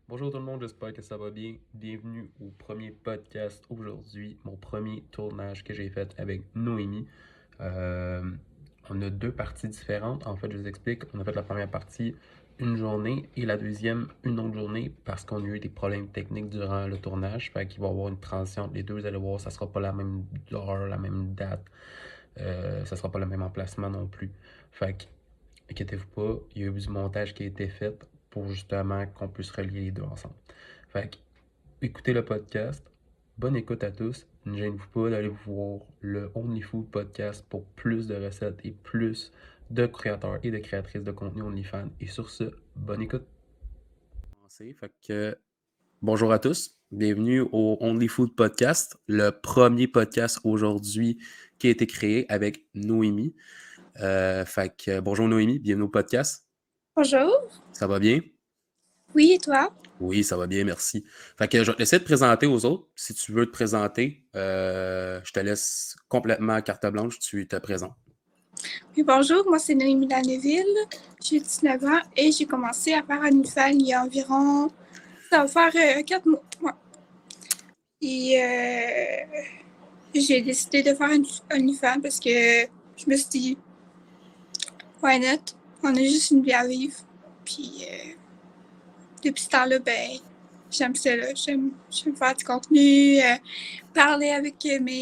Bonjour tout le monde, j'espère que ça va bien. Bienvenue au premier podcast aujourd'hui, mon premier tournage que j'ai fait avec Noémie. Euh, on a deux parties différentes. En fait, je vous explique. On a fait la première partie une journée et la deuxième une autre journée parce qu'on a eu des problèmes techniques durant le tournage. Fait qu'il va y avoir une transition entre les deux. Vous allez voir, ça sera pas la même heure, la même date. Ça sera pas le même emplacement non plus. Fait que inquiétez-vous pas, il y a eu du montage qui a été fait pour justement qu'on puisse relier les deux ensemble. Fait que, écoutez le podcast. Bonne écoute à tous. Ne gênez-vous pas d'aller voir le Only Food Podcast pour plus de recettes et plus de créateurs et de créatrices de contenu OnlyFans. Et sur ce, bonne écoute. Fait que, bonjour à tous. Bienvenue au Only Food Podcast, le premier podcast aujourd'hui qui a été créé avec Noémie. Fait que, bonjour Noémie, bienvenue au podcast. Bonjour. Ça va bien? Oui, et toi? Oui, ça va bien, merci. Fait que je vais te laisser te présenter aux autres. Si tu veux te présenter, je te laisse complètement carte blanche, tu te présentes. Oui, bonjour, moi c'est Noémie Lanneville, j'ai 19 ans et j'ai commencé à faire OnlyFans il y a environ, ça va faire 4 mois. Ouais. Et j'ai décidé de faire une OnlyFans parce que je me suis dit, why not? On a juste une vie à vivre. Puis depuis ce temps-là, ben, j'aime ça, là. J'aime faire du contenu, parler avec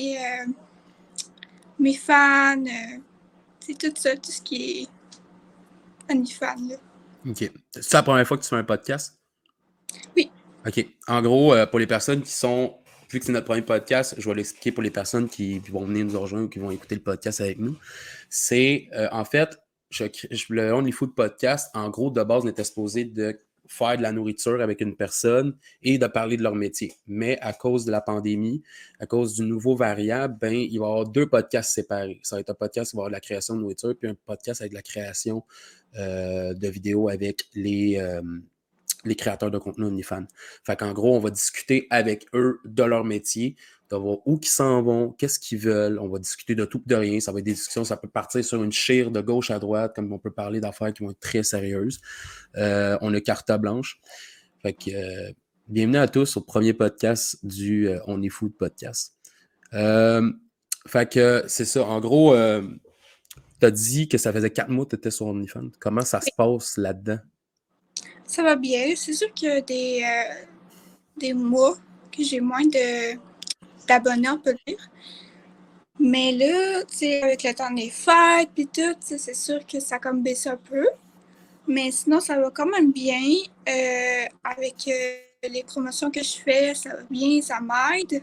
mes fans, c'est tout ça, tout ce qui est OnlyFans, là. OK. C'est la première fois que tu fais un podcast? Oui. OK. En gros, pour les personnes qui sont, vu que c'est notre premier podcast, je vais l'expliquer pour les personnes qui vont venir nous rejoindre ou qui vont écouter le podcast avec nous. C'est, en fait, le Only Food Podcast, en gros, de base, on était supposé de faire de la nourriture avec une personne et de parler de leur métier. Mais à cause de la pandémie, à cause du nouveau variant, ben, il va y avoir deux podcasts séparés. Ça va être un podcast qui va avoir de la création de nourriture, puis un podcast avec la création de vidéos avec les créateurs de contenu OnlyFans. Fait qu'en gros, on va discuter avec eux de leur métier, de voir où ils s'en vont, qu'est-ce qu'ils veulent. On va discuter de tout et de rien. Ça va être des discussions, ça peut partir sur une chire de gauche à droite, comme on peut parler d'affaires qui vont être très sérieuses. On a carte blanche. Fait que bienvenue à tous au premier podcast du On est Food podcast. Fait que c'est ça. En gros, tu as dit que ça faisait 4 mois que tu étais sur OnlyFans. Comment ça se passe là-dedans? Ça va bien. C'est sûr qu'il y a des mois que j'ai moins d'abonnés, on peut dire. Mais là, tu sais, avec le temps des fêtes puis tout, c'est sûr que ça a comme baissé un peu. Mais sinon, ça va quand même bien. Avec les promotions que je fais, ça va bien, ça m'aide.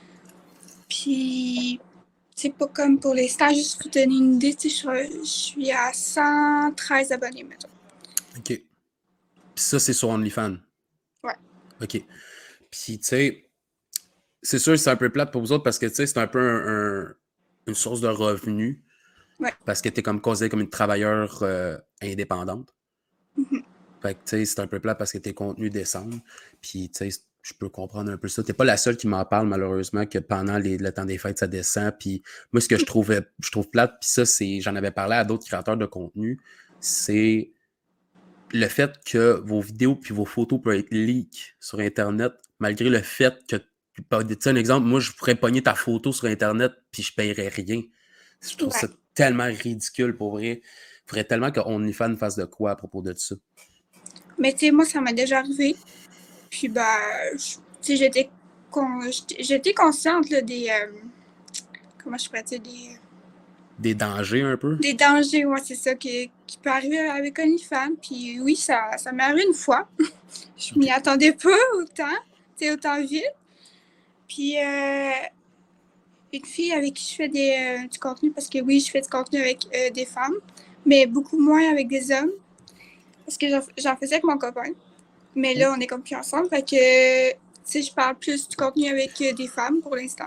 Puis, c'est pas comme pour les stages, juste pour te donner une idée, tu sais, je suis à 113 abonnés, maintenant. OK. Puis ça, c'est sur OnlyFans. Ouais. OK. Puis, tu sais, c'est sûr que c'est un peu plate pour vous autres parce que, tu sais, c'est un peu une source de revenus Ouais. parce que tu es comme considéré comme une travailleure indépendante. Mm-hmm. Fait que, tu sais, c'est un peu plate parce que tes contenus descendent. Puis, tu sais, je peux comprendre un peu ça. T'es pas la seule qui m'en parle, malheureusement, que pendant le temps des fêtes, ça descend. Puis, moi, ce que je trouve plate, puis ça, c'est, j'en avais parlé à d'autres créateurs de contenu, c'est le fait que vos vidéos puis vos photos peuvent être leak sur Internet, malgré le fait que, tu sais, un exemple, moi, je pourrais pogner ta photo sur Internet puis je paierais rien. Je trouve ça Ouais. tellement ridicule, pour vrai. Il faudrait tellement que OnlyFans fasse de quoi à propos de ça. Mais tu sais, moi, ça m'est déjà arrivé. Puis, bah, tu sais, j'étais consciente là, comment je pourrais dire, Des dangers, un peu. des dangers, ouais, c'est ça, qui peut arriver avec OnlyFans. Puis oui, ça m'est arrivé une fois. Je m'y OK. attendais pas autant, tu sais, autant vite. Puis, une fille avec qui je fais du contenu, parce que oui, je fais du contenu avec des femmes, mais beaucoup moins avec des hommes, parce que j'en faisais avec mon copain. Mais là, on est comme plus ensemble, fait que, tu sais, je parle plus du contenu avec des femmes pour l'instant.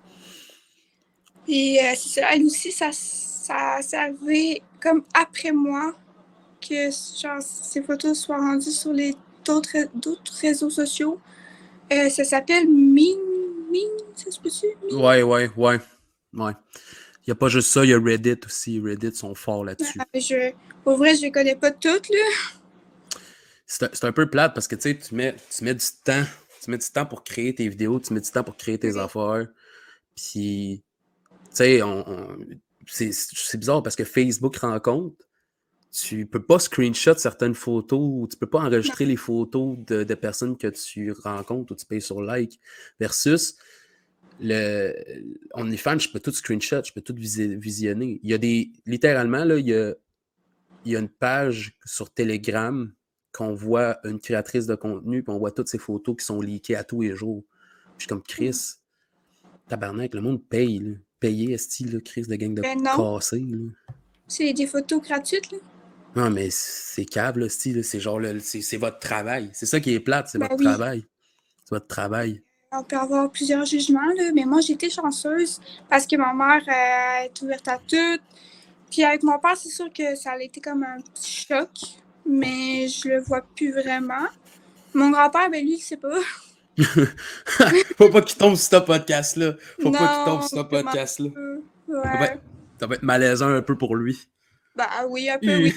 Et c'est ça, elle aussi, ça s'est arrivé comme après moi que genre, ces photos soient rendues sur les d'autres réseaux sociaux. Ça s'appelle Min, ça se peut-tu? Ouais, ouais, ouais. Ouais. Il n'y a pas juste ça, il y a Reddit aussi. Reddit sont forts là-dessus. Pour vrai, je les connais pas toutes, là. c'est un peu plate parce que, tu sais, tu mets du temps. Tu mets du temps pour créer tes vidéos, tu mets du temps pour créer tes affaires. Puis, tu sais, c'est bizarre parce que Facebook rend compte. Tu peux pas screenshot certaines photos ou tu peux pas enregistrer les photos de personnes que tu rencontres ou tu payes sur like. Versus OnlyFans, je peux tout screenshot, je peux tout visionner. Il y a littéralement, là, il y a une page sur Telegram qu'on voit une créatrice de contenu puis on voit toutes ces photos qui sont leakées à tous les jours. Puis je suis comme Chris, tabarnak, le monde paye, là. Payer, est-ce Chris de gang de cassés, là. C'est des photos gratuites, là. Non, mais c'est cave, là, style, c'est genre, c'est votre travail. C'est ça qui est plate, c'est votre oui. travail. C'est votre travail. On peut avoir plusieurs jugements, là, mais moi, j'ai été chanceuse parce que ma mère est ouverte à tout. Puis avec mon père, c'est sûr que ça a été comme un petit choc, mais je le vois plus vraiment. Mon grand-père, ben lui, il sait pas. Faut pas qu'il tombe sur ce podcast-là. Faut pas qu'il tombe sur ce podcast-là. Ouais. Ça va être malaisant un peu pour lui. Bah oui, un peu, oui.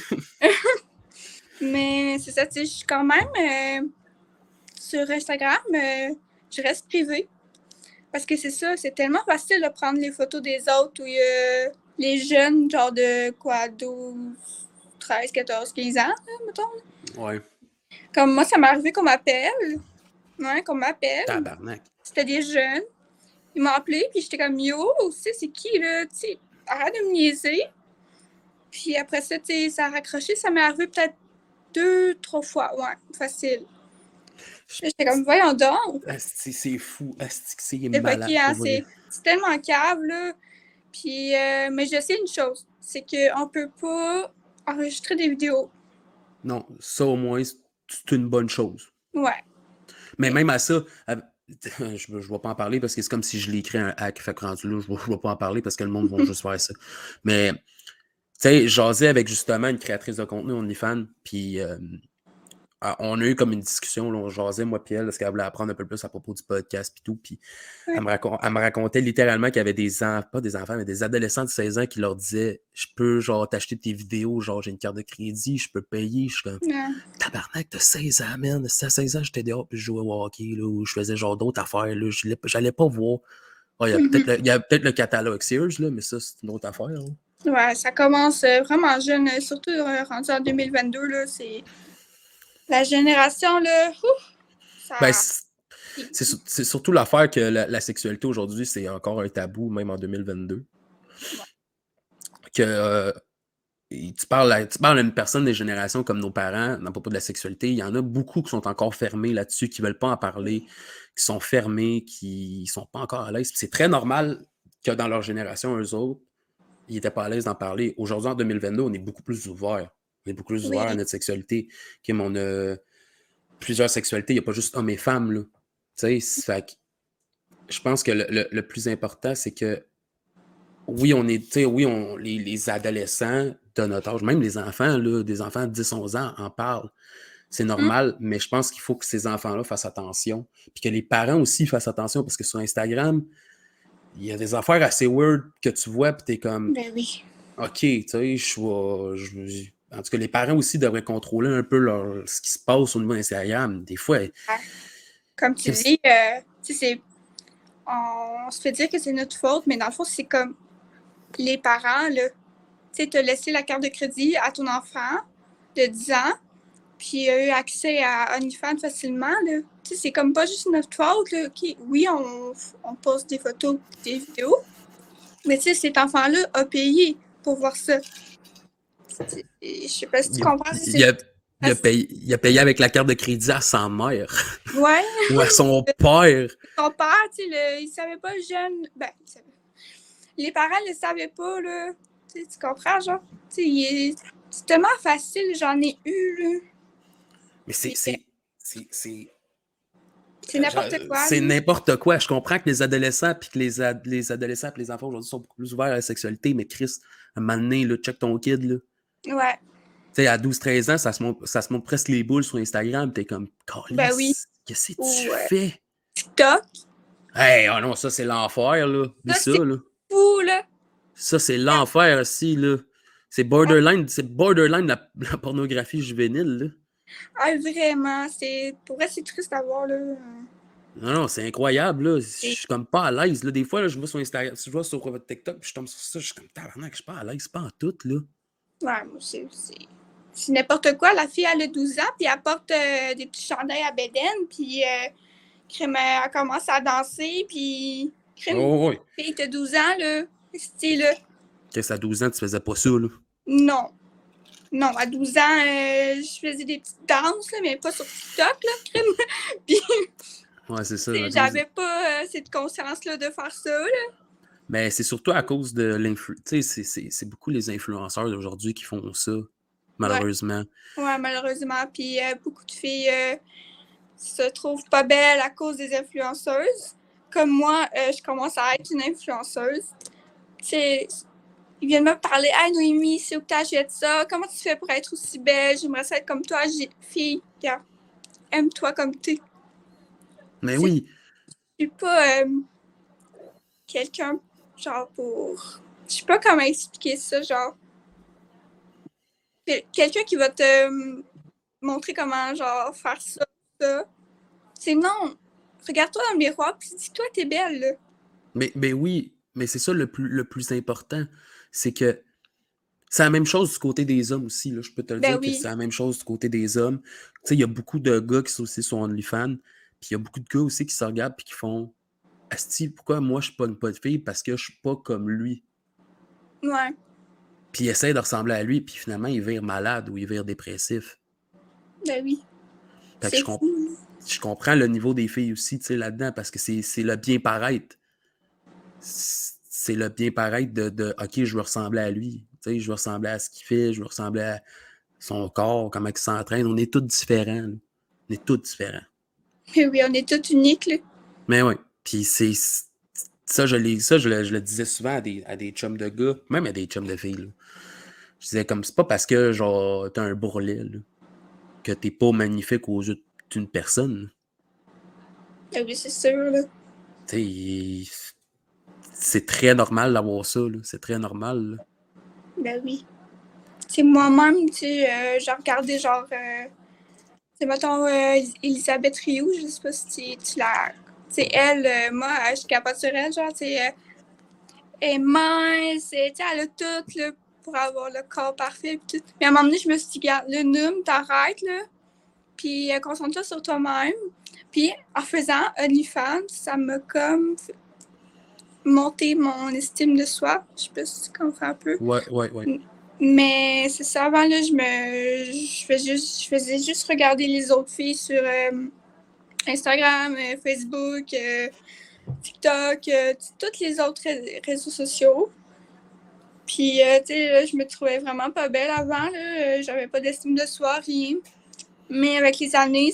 Mais c'est ça, tu sais, je suis quand même sur Instagram, je reste privée. Parce que c'est ça, c'est tellement facile de prendre les photos des autres où il y a les jeunes, genre de quoi, 12, 13, 14, 15 ans, là, mettons. Ouais. Comme moi, ça m'est arrivé qu'on m'appelle. Ouais, qu'on m'appelle. Tabarnak. C'était des jeunes. Ils m'ont appelé, puis j'étais comme, yo, c'est qui, là? Tu sais, arrête de me niaiser. Puis après ça, tu sais, ça a raccroché. Ça m'est arrivé peut-être 2, 3 fois. Ouais, facile. J'étais comme, voyons donc. C'est fou. C'est malade. C'est tellement cave, là. Puis, mais je sais une chose, c'est qu'on peut pas enregistrer des vidéos. Non, ça au moins, c'est une bonne chose. Ouais. Mais même à ça, je ne vais pas en parler parce que c'est comme si je l'écris un hack. Fait que rendu là, je ne vais pas en parler parce que le monde va juste faire ça. Mais, tu sais, jasais avec justement une créatrice de contenu OnlyFans, puis on a eu comme une discussion, là, on jasait, moi puis elle, parce qu'elle voulait apprendre un peu plus à propos du podcast puis tout, puis elle me racontait littéralement qu'il y avait pas des enfants, mais des adolescents de 16 ans qui leur disaient « Je peux, genre, t'acheter tes vidéos, genre, j'ai une carte de crédit, je peux payer. » Je suis comme « Tabarnak, t'as 16 ans, man. À 16 ans, j'étais dehors, puis je jouais au hockey, là, ou je faisais genre d'autres affaires, là. J'allais pas voir. Oh, il y a peut-être le catalogue Sears, là, mais ça, c'est une autre affaire. Là. Ouais, ça commence vraiment jeune, surtout rendu en 2022, là, c'est... La génération, là, ça... Ben, c'est surtout l'affaire que la sexualité aujourd'hui, c'est encore un tabou, même en 2022. Ouais. Que tu parles à une personne des générations comme nos parents, à propos de la sexualité, il y en a beaucoup qui sont encore fermés là-dessus, qui ne veulent pas en parler, qui sont fermés, qui ne sont pas encore à l'aise. Puis c'est très normal que dans leur génération, eux autres, ils n'étaient pas à l'aise d'en parler. Aujourd'hui, en 2022, on est beaucoup plus ouverts. On est beaucoup plus ouverts à notre sexualité. Comme on a plusieurs sexualités, il n'y a pas juste hommes et femmes, là. Tu sais, fait que je pense que le plus important, c'est que oui, les adolescents de notre âge, même les enfants, là, des enfants de 10-11 ans en parlent. C'est normal, mais je pense qu'il faut que ces enfants-là fassent attention. Puis que les parents aussi fassent attention, parce que sur Instagram, il y a des affaires assez weird que tu vois, puis t'es comme... Ben oui. OK, tu sais, en tout cas, les parents aussi devraient contrôler un peu ce qui se passe au niveau d'Instagram. Des fois... Comme tu dis, tu sais, on se fait dire que c'est notre faute, mais dans le fond, c'est comme les parents, là, tu sais, t'as laissé la carte de crédit à ton enfant de 10 ans, puis il a eu accès à OnlyFans facilement, là. Tu sais, c'est comme pas juste notre faute, là. Okay, oui, on poste des photos, des vidéos, mais tu sais, cet enfant-là a payé pour voir ça. Je sais pas si tu comprends. Il a payé avec la carte de crédit à sa mère. Ouais. Ou à son père. Son père, tu sais, il savait pas jeune. Ben, il savait. Les parents le savaient pas, là. Tu comprends, genre? Tu sais, c'est tellement facile, j'en ai eu, là. Mais c'est n'importe quoi. C'est n'importe quoi. Je comprends que les adolescents puis que les adolescents et les enfants aujourd'hui sont beaucoup plus ouverts à la sexualité, mais Chris, à un moment donné, là, check ton kid, là. Ouais. Tu sais, à 12-13 ans, ça se montre presque les boules sur Instagram. T'es comme, ben oui. Qu'est-ce que tu fais? TikTok. Hey, oh non, ça, c'est l'enfer, là. Ça, là. Fou, là. Ça, c'est l'enfer aussi, là. C'est borderline la pornographie juvénile, là. Ah, vraiment, pour vrai, c'est triste à voir, là. Non, c'est incroyable, là. Je Et- suis comme pas à l'aise, là. Des fois, là, je vois sur Instagram, je vois sur TikTok, puis je tombe sur ça, je suis comme tabarnak, je suis pas à l'aise, pas en tout, là. Ouais, moi, c'est n'importe quoi. La fille, elle a 12 ans, puis elle porte des petits chandails à bédaine, puis crème, elle commence à danser, puis crème, Oh, oui. fille, t'as 12 ans, là. C'était là. Qu'est-ce à 12 ans, tu faisais pas ça, là? Non. Non, à 12 ans, je faisais des petites danses, là, mais pas sur TikTok, là, crème. Puis, Ouais, c'est ça, à 12 ans. j'avais pas cette conscience-là de faire ça, là. Mais c'est surtout à cause de l'influence. Tu sais, c'est beaucoup les influenceurs d'aujourd'hui qui font ça, Ouais, malheureusement. ouais, malheureusement. Puis, beaucoup de filles se trouvent pas belles à cause des influenceuses. Comme moi, je commence à être une influenceuse. C'est Ils viennent me parler. Hey Noémie, c'est où que t'achètes ça? Comment tu fais pour être aussi belle? J'aimerais ça être comme toi, fille. Regarde, aime-toi comme t'es. Mais Je oui, suis pas quelqu'un, genre, pour. Je sais pas comment expliquer ça, genre. Quelqu'un qui va te montrer comment, genre, faire ça, ça. C'est non. Regarde-toi dans le miroir, puis dis-toi, t'es belle, là. mais oui, mais c'est ça le plus important. C'est que c'est la même chose du côté des hommes aussi, là. Je peux te le Ben dire que oui. c'est la même chose du côté des hommes. Tu sais, il y a beaucoup de gars qui sont aussi sur OnlyFans, puis il y a beaucoup de gars aussi qui se regardent puis qui font Asti, pourquoi moi je pogne pas de fille? Parce que je suis pas comme lui. Ouais. Puis il essaie de ressembler à lui, puis finalement il vire malade ou il vire dépressif. Ben oui. Fait que C'est fou. je comprends le niveau des filles aussi, tu sais, là-dedans, parce que c'est le bien paraître. C'est le bien paraître de OK, je veux ressembler à lui. Tu sais, je veux ressembler à ce qu'il fait, je veux ressembler à son corps, comment il s'entraîne. On est tous différents, là. On est tous différents. Mais oui, on est tous uniques, là. Mais oui. Puis c'est. Ça, je le disais souvent à des chums de gars, même à des chums de filles, là. Je disais comme, c'est pas parce que, genre, t'as un bourrelet, là, que t'es pas magnifique aux yeux d'une personne, là. Ben oui, c'est sûr, là. Tu sais, c'est très normal d'avoir ça, là. C'est très normal, là. Ben oui. C'est moi-même, tu sais, j'ai regardé genre, c'est mettons Elisabeth Rioux, je sais pas si tu la. C'est elle, moi, je suis capable sur elle, genre, tu sais, elle est mince, tu sais, elle a tout, là, pour avoir le corps parfait, pis tout. Mais à un moment donné, je me suis dit, regarde, le Noom, t'arrêtes, là, puis concentre-toi sur toi-même. Puis en faisant OnlyFans, ça m'a comme monté mon estime de soi. Je sais pas si tu comprends un peu. Ouais, ouais, ouais. Mais c'est ça, avant, là, je faisais juste regarder les autres filles sur Instagram, Facebook, TikTok, tous les autres réseaux sociaux. Puis, tu sais, je me trouvais vraiment pas belle avant, là. J'avais pas d'estime de soi, rien. Mais avec les années,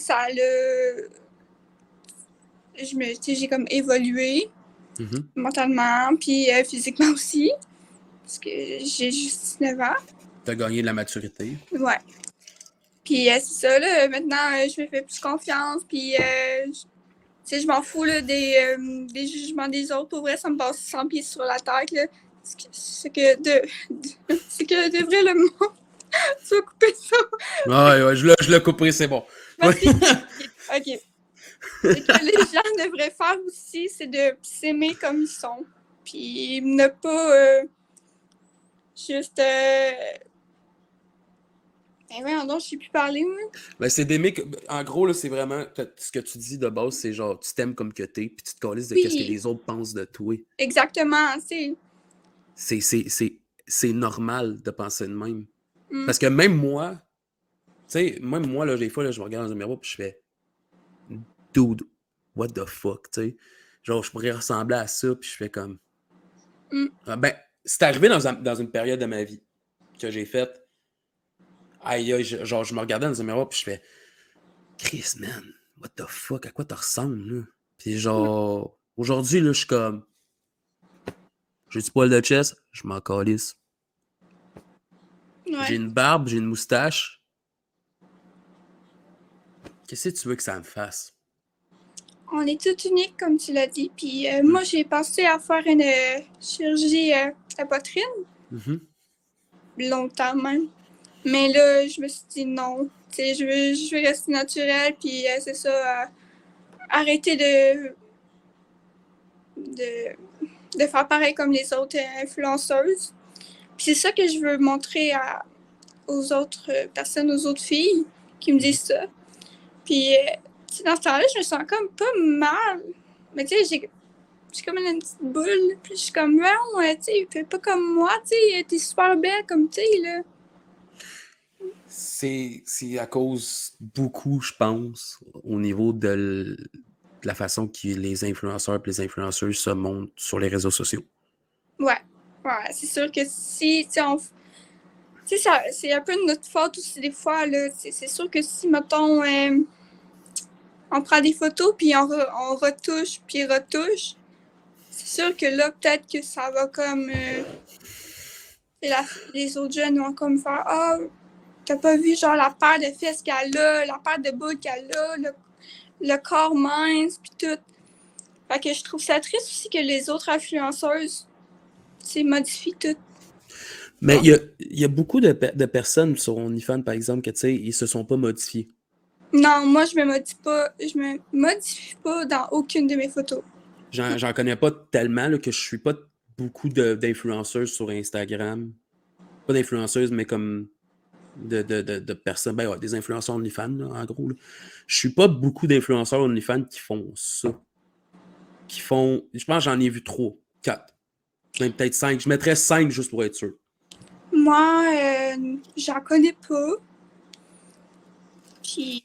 j'ai comme évolué Mhm. mentalement, puis physiquement aussi, parce que j'ai juste 19 ans. T'as gagné de la maturité. Ouais. Puis c'est ça, là, maintenant, je me fais plus confiance, puis tu sais, je m'en fous là, des jugements des autres. Pour vrai, ça me passe 100 pieds sur la tête. Là. C'est que devrait le monde. Tu vas couper ça. Ouais, ouais, je l'ai coupé, c'est bon. Parce que, OK. Ce que les gens devraient faire aussi, c'est de s'aimer comme ils sont. Puis ne pas juste. Ben voyons donc, je sais plus parler, moi. Ben, c'est d'aimer. En gros, là, c'est vraiment. Ce que tu dis de base, c'est genre, tu t'aimes comme que t'es, puis tu te calisses de qu'est-ce que Oui, les autres pensent de toi. exactement. C'est. C'est normal de penser de même. Mm, Parce que même moi, tu sais, même moi, là, des fois, là, je me regarde dans un miroir, puis je fais, dude, what the fuck, tu sais. Genre, je pourrais ressembler à ça, puis je fais comme. mm. Ah, ben, c'est arrivé dans une période de ma vie que j'ai faite. Aïe, aïe, genre, je me regardais dans un miroir, puis je fais, Chris, man, what the fuck, à quoi tu ressembles, là? Puis genre, aujourd'hui, là, je suis comme, j'ai du poil de chest, je m'en calisse. J'ai Ouais. une barbe, j'ai une moustache. Qu'est-ce que tu veux que ça me fasse? On est tous uniques, comme tu l'as dit. Puis moi, j'ai pensé à faire une chirurgie de la poitrine, Mhm. longtemps même. Mais là, je me suis dit non. Tu sais, je veux rester naturelle, puis c'est ça, arrêter de, de faire pareil comme les autres influenceuses. Puis c'est ça que je veux montrer aux autres personnes, aux autres filles qui me disent ça. Puis, dans ce temps-là, je me sens comme pas mal. Mais tu sais, j'ai comme une petite boule. Puis je suis comme, non, tu sais, fais pas comme moi, tu sais, t'es super belle comme tu sais, là. C'est à cause beaucoup, je pense, au niveau de la façon que les influenceurs et les influenceuses se montrent sur les réseaux sociaux. Ouais, ouais, c'est sûr que si, tu sais, tu sais, c'est un peu de notre faute aussi des fois, là. C'est sûr que si, mettons, on prend des photos, puis on retouche, puis retouche, c'est sûr que là, peut-être que ça va comme... les autres jeunes vont comme faire « Ah, t'as pas vu genre la paire de fesses qu'elle a, la paire de boules qu'elle a, le corps mince, puis tout. » Fait que je trouve ça triste aussi que les autres influenceuses, modifient tout. Mais il y a beaucoup de personnes sur OnlyFans, par exemple, que, tu sais, ils se sont pas modifiés. Non, moi, je me modifie pas dans aucune de mes photos. J'en connais pas tellement, là, que je suis pas beaucoup d'influenceuses sur Instagram. Pas d'influenceuses, mais comme de personnes. Ben ouais, des influenceurs OnlyFans, là, en gros. Là. Je suis pas beaucoup d'influenceurs OnlyFans qui font ça. Qui font. Je pense que j'en ai vu 3, 4. Même peut-être 5. Je mettrais 5 juste pour être sûr. Moi, j'en connais pas. Puis,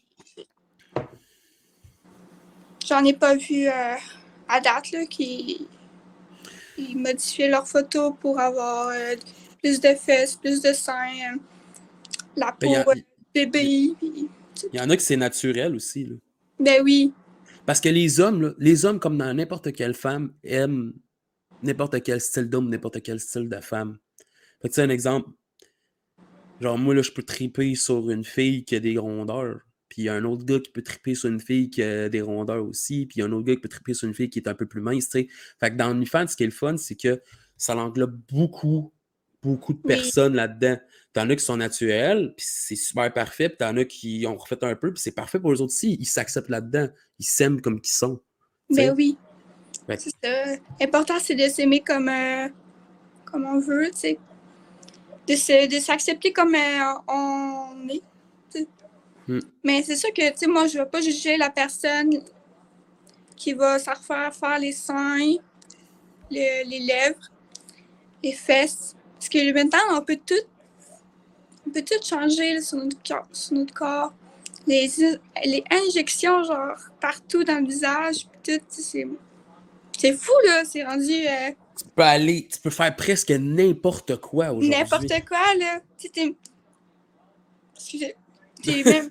j'en ai pas vu à date, là, qui modifiaient leurs photos pour avoir plus de fesses, plus de seins, la Ben, peau bébé. il y en a que c'est naturel aussi. Là. Ben oui. Parce que les hommes, là, les hommes, comme dans n'importe quelle femme, aiment n'importe quel style d'homme, n'importe quel style de femme. Fait que tu sais, un exemple, genre moi, là, je peux triper sur une fille qui a des rondeurs, puis il y a un autre gars qui peut triper sur une fille qui a des rondeurs aussi, puis il y a un autre gars qui peut triper sur une fille qui est un peu plus mince, tu sais. Fait que dans OnlyFans, ce qui est le fun, c'est que ça englobe beaucoup, beaucoup de Oui. personnes là-dedans. T'en as qui sont naturels, puis c'est super parfait, puis t'en as qui ont refait un peu, puis c'est parfait pour eux autres aussi. Ils s'acceptent là-dedans. Ils s'aiment comme qu'ils sont. Ben T'sais? oui. Fait C'est ça. L'important, c'est de s'aimer comme on veut, tu sais. De s'accepter comme on est. T'sais. Mais c'est sûr que, tu sais, moi, je vais pas juger la personne qui va se refaire faire les seins, les lèvres, les fesses. Parce que maintenant, on peut tout changer là, sur notre corps. Les injections, genre, partout dans le visage, puis tout, c'est fou, là. C'est rendu tu peux faire presque n'importe quoi aujourd'hui. n'importe quoi, là. Tu sais, excusez. T'es même,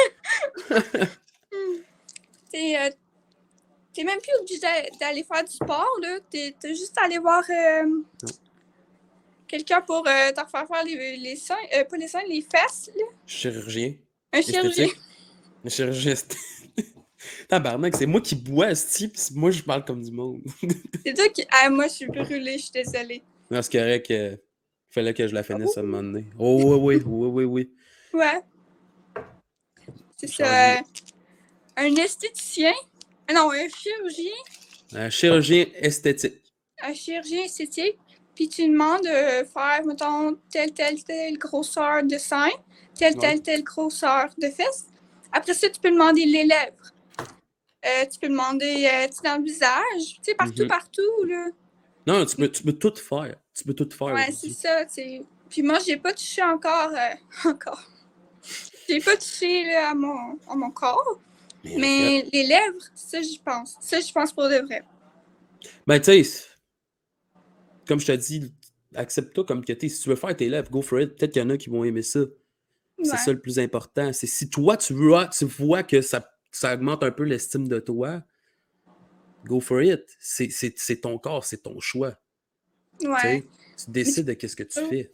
t'es même plus obligé d'aller faire du sport, là. T'as juste à aller voir quelqu'un pour te refaire faire les seins, pas les seins, les fesses, là. Chirurgien. Un chirurgien. Esthétique. Un chirurgien esthétique. Tabarnak, c'est moi qui bois, esti, pis moi je parle comme du monde. C'est toi qui. Ah, moi, je suis brûlée, je suis désolée. Non, c'est correct qu'il fallait que je la finisse à un moment donné. Oh oui, oui, oui, oui, oui. Ouais, c'est Changer. ça. Un esthéticien. Ah non, un chirurgien. Un chirurgien esthétique. Un chirurgien esthétique. Puis tu demandes de faire, mettons, telle grosseur de sein, telle grosseur de fesses. Après ça, tu peux demander les lèvres. Tu peux demander dans le visage. Tu sais, partout, là. Non, tu peux tout faire. Tu peux tout faire Ouais, c'est aujourd'hui. ça, tu sais. Puis moi, j'ai pas touché encore. Encore. J'ai pas touché là, à mon corps. Mais les lèvres, ça, j'y pense. Ça, j'y pense pour de vrai. Ben, tu sais, comme je te dis, accepte-toi comme que t'es. Si tu veux faire tes lèvres, go for it. Peut-être qu'il y en a qui vont aimer ça. C'est Ouais. ça le plus important. C'est si toi, tu vois que ça augmente un peu l'estime de toi, go for it. C'est ton corps, c'est ton choix. Ouais. Tu décides de qu'est-ce que tu fais.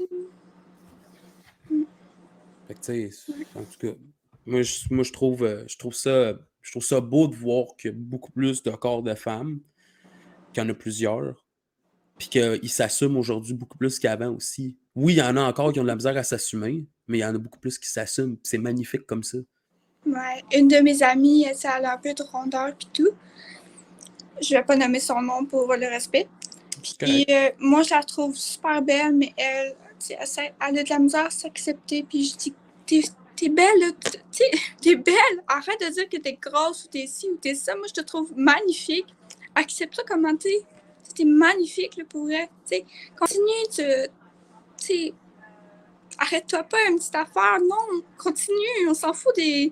Fait que, tu sais, en tout cas, moi, je trouve ça beau de voir qu'il y a beaucoup plus de corps de femmes, qu'il y en a plusieurs, puis qu'ils s'assument aujourd'hui beaucoup plus qu'avant aussi. Oui, il y en a encore qui ont de la misère à s'assumer, mais il y en a beaucoup plus qui s'assument. C'est magnifique comme ça. Ouais. Une de mes amies, elle a un peu de rondeur puis tout. Je vais pas nommer son nom pour le respect. Puis moi, je la trouve super belle, mais elle a de la misère à s'accepter. Puis je dis, t'es belle, là. T'es belle. Arrête de dire que t'es grosse ou t'es ci ou t'es ça. Moi, je te trouve magnifique. Accepte ça comment t'es. T'es magnifique, là, pour vrai. T'sais, continue, arrête-toi pas une petite affaire. Non, continue. On s'en fout des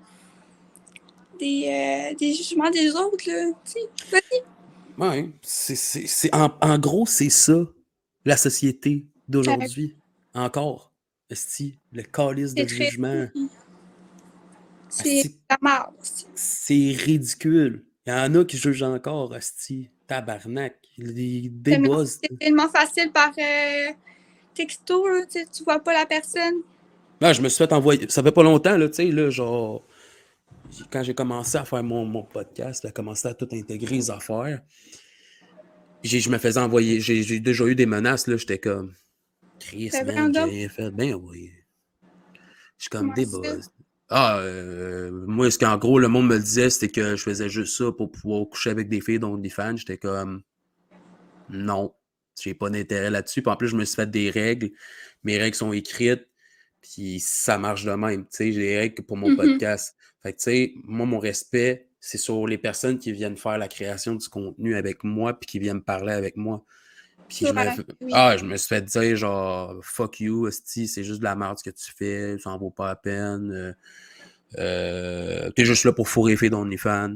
jugements des autres, là. Vas-y. Ouais, en gros, c'est ça, la société d'aujourd'hui. Encore, esti, le calice de C'est très... jugement. C'est Esti, la merde. c'est ridicule. Il y en a qui jugent encore, esti, tabarnak. Ils débossent. C'est tellement facile par texto, là, tu vois pas la personne. Là, je me suis fait envoyer. Ça fait pas longtemps, là, tu sais, là, genre. Quand j'ai commencé à faire mon podcast, j'ai commencé à tout intégrer les affaires. Je me faisais envoyer. J'ai déjà eu des menaces, là. J'étais comme. Chris, man, j'ai rien fait. Ben oui. Je suis comme des buzz. Moi, ce qu'en gros, le monde me le disait, c'était que je faisais juste ça pour pouvoir coucher avec des filles dont des fans. J'étais comme. Non. J'ai pas d'intérêt là-dessus. Puis en plus, je me suis fait des règles. Mes règles sont écrites. Puis ça marche de même. Tu sais, j'ai des règles pour mon podcast. Fait que, tu sais, moi, mon respect, c'est sur les personnes qui viennent faire la création du contenu avec moi puis qui viennent parler avec moi. Puis je me suis fait dire, genre, fuck you, esti, c'est juste de la merde ce que tu fais, ça en vaut pas la peine. T'es juste là pour fourrer les filles d'OnlyFans.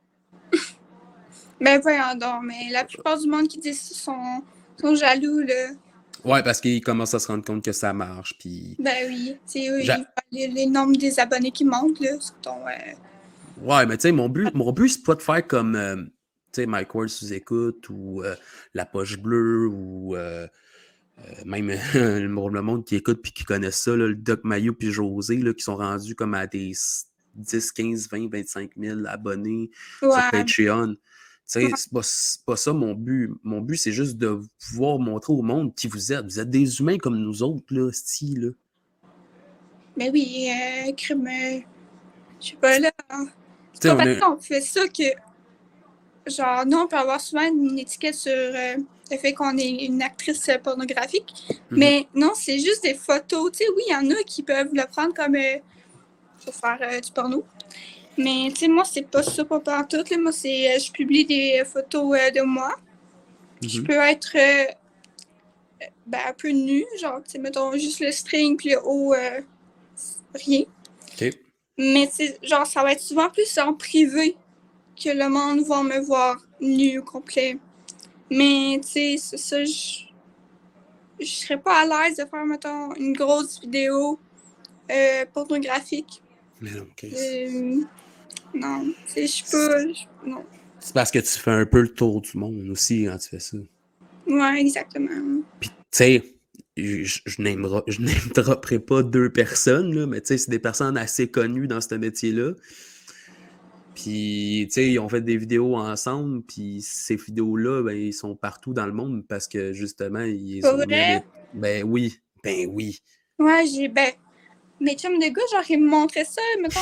Ben voyons donc, mais la plupart du monde qui dit ça sont jaloux, là. Ouais, parce qu'ils commencent à se rendre compte que ça marche. Puis... Ben oui, tu sais, les nombres des abonnés qui montent, là, sur ton... Ouais, mais tu sais, mon but, c'est pas de faire comme, tu sais, Mike Ward sous-écoute ou La Poche Bleue ou même le monde qui écoute puis qui connaît ça, là, le Doc Mayo puis José, là, qui sont rendus comme à des 10, 15, 20, 25 000 abonnés sur Patreon. Tu sais, c'est pas ça mon but. Mon but, c'est juste de pouvoir montrer au monde qui vous êtes. Vous êtes des humains comme nous autres, là, style, là. Mais oui, crime, je sais pas, là. C'est pas parce qu'on fait ça que, genre, nous, on peut avoir souvent une étiquette sur le fait qu'on est une actrice pornographique. Mais non, c'est juste des photos. Tu sais, oui, il y en a qui peuvent le prendre comme pour faire du porno. Mais, tu sais, moi, c'est pas ça pour partout. Là. Moi, je publie des photos de moi. Je peux être un peu nue, genre, tu sais, mettons, juste le string, puis le haut, rien. Okay. Mais, tu sais, genre, ça va être souvent plus en privé que le monde va me voir nue au complet. Mais, tu sais, c'est ça, je serais pas à l'aise de faire, mettons, une grosse vidéo pornographique. Mais non, non, tu sais, je pas... non. C'est parce que tu fais un peu le tour du monde aussi quand tu fais ça. Ouais, exactement. Puis, tu sais, je n'aimerais pas 2 personnes, là, mais tu sais, c'est des personnes assez connues dans ce métier-là. Puis, tu sais, ils ont fait des vidéos ensemble, puis ces vidéos-là, ben, ils sont partout dans le monde parce que, justement, ils ont mérité. Ben oui. Ouais, mes chums de gars, genre, ils me montraient ça, mettons,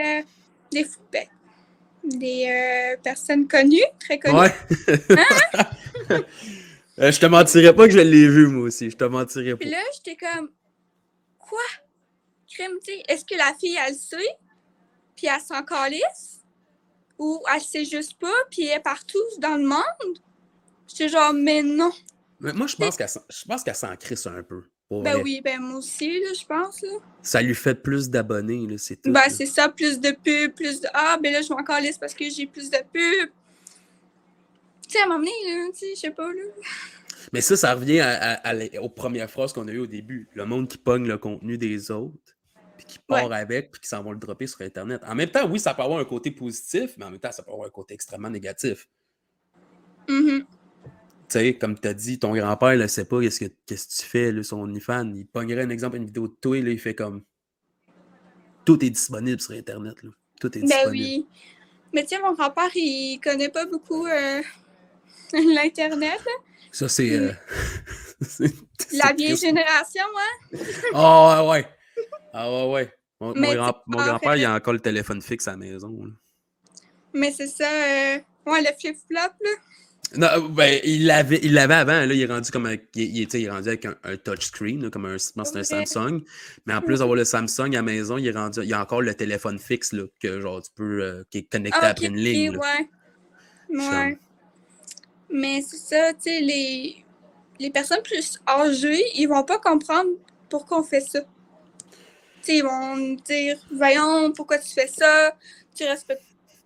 des personnes connues, très connues. Ouais. Hein? Je te mentirais pas que je l'ai vu, moi aussi. Je te mentirais pas. Puis là, j'étais comme, quoi? Crime, tu sais, est-ce que la fille, elle le sait, puis elle s'en calisse? Ou elle sait juste pas, puis elle est partout dans le monde? J'étais genre, mais non. Mais moi, je pense qu'elle s'en crisse un peu. Ben vrai. Oui, ben moi aussi, là, je pense. Là. Ça lui fait plus d'abonnés, là, c'est tout. Ben, c'est ça, plus de pubs, plus de... Ah, ben là, je m'en calisse parce que j'ai plus de pubs. Tu sais, à m'emmener, là, tu sais, je sais pas, là. Mais ça revient aux premières phrases qu'on a eues au début. Le monde qui pogne le contenu des autres, puis qui part avec, puis qui s'en vont le dropper sur Internet. En même temps, oui, ça peut avoir un côté positif, mais en même temps, ça peut avoir un côté extrêmement négatif. Tu sais, comme tu as dit, ton grand-père ne sait pas qu'est-ce que tu fais, là, son OnlyFans. Il pognerait un exemple, une vidéo de toi, là, il fait comme... Tout est disponible sur Internet, là. Tout est disponible. Ben oui. Mais tiens, mon grand-père, il connaît pas beaucoup l'Internet, là. Ça, c'est... la vieille génération, hein? Ah, ouais. Ah ouais, ouais. Mais tu sais, Mon genre, grand-père, il a encore le téléphone fixe à la maison, là. mais c'est ça, ouais, le flip-flop, là. Non, ben, il l'avait avant, là, il est rendu comme tu sais, il est rendu avec un touchscreen, là, comme je pense que c'est un Ouais, Samsung. Mais en plus ouais. d'avoir le Samsung à la maison, il y a encore le téléphone fixe, là, que genre tu peux, qui est connecté Ah, après ok, une ok, ligne, là. ouais. Je suis comme, Ouais. Mais c'est ça, tu sais, les personnes plus âgées, ils vont pas comprendre pourquoi on fait ça. Tu sais, ils vont nous dire, voyons, pourquoi tu fais ça? Tu respectes.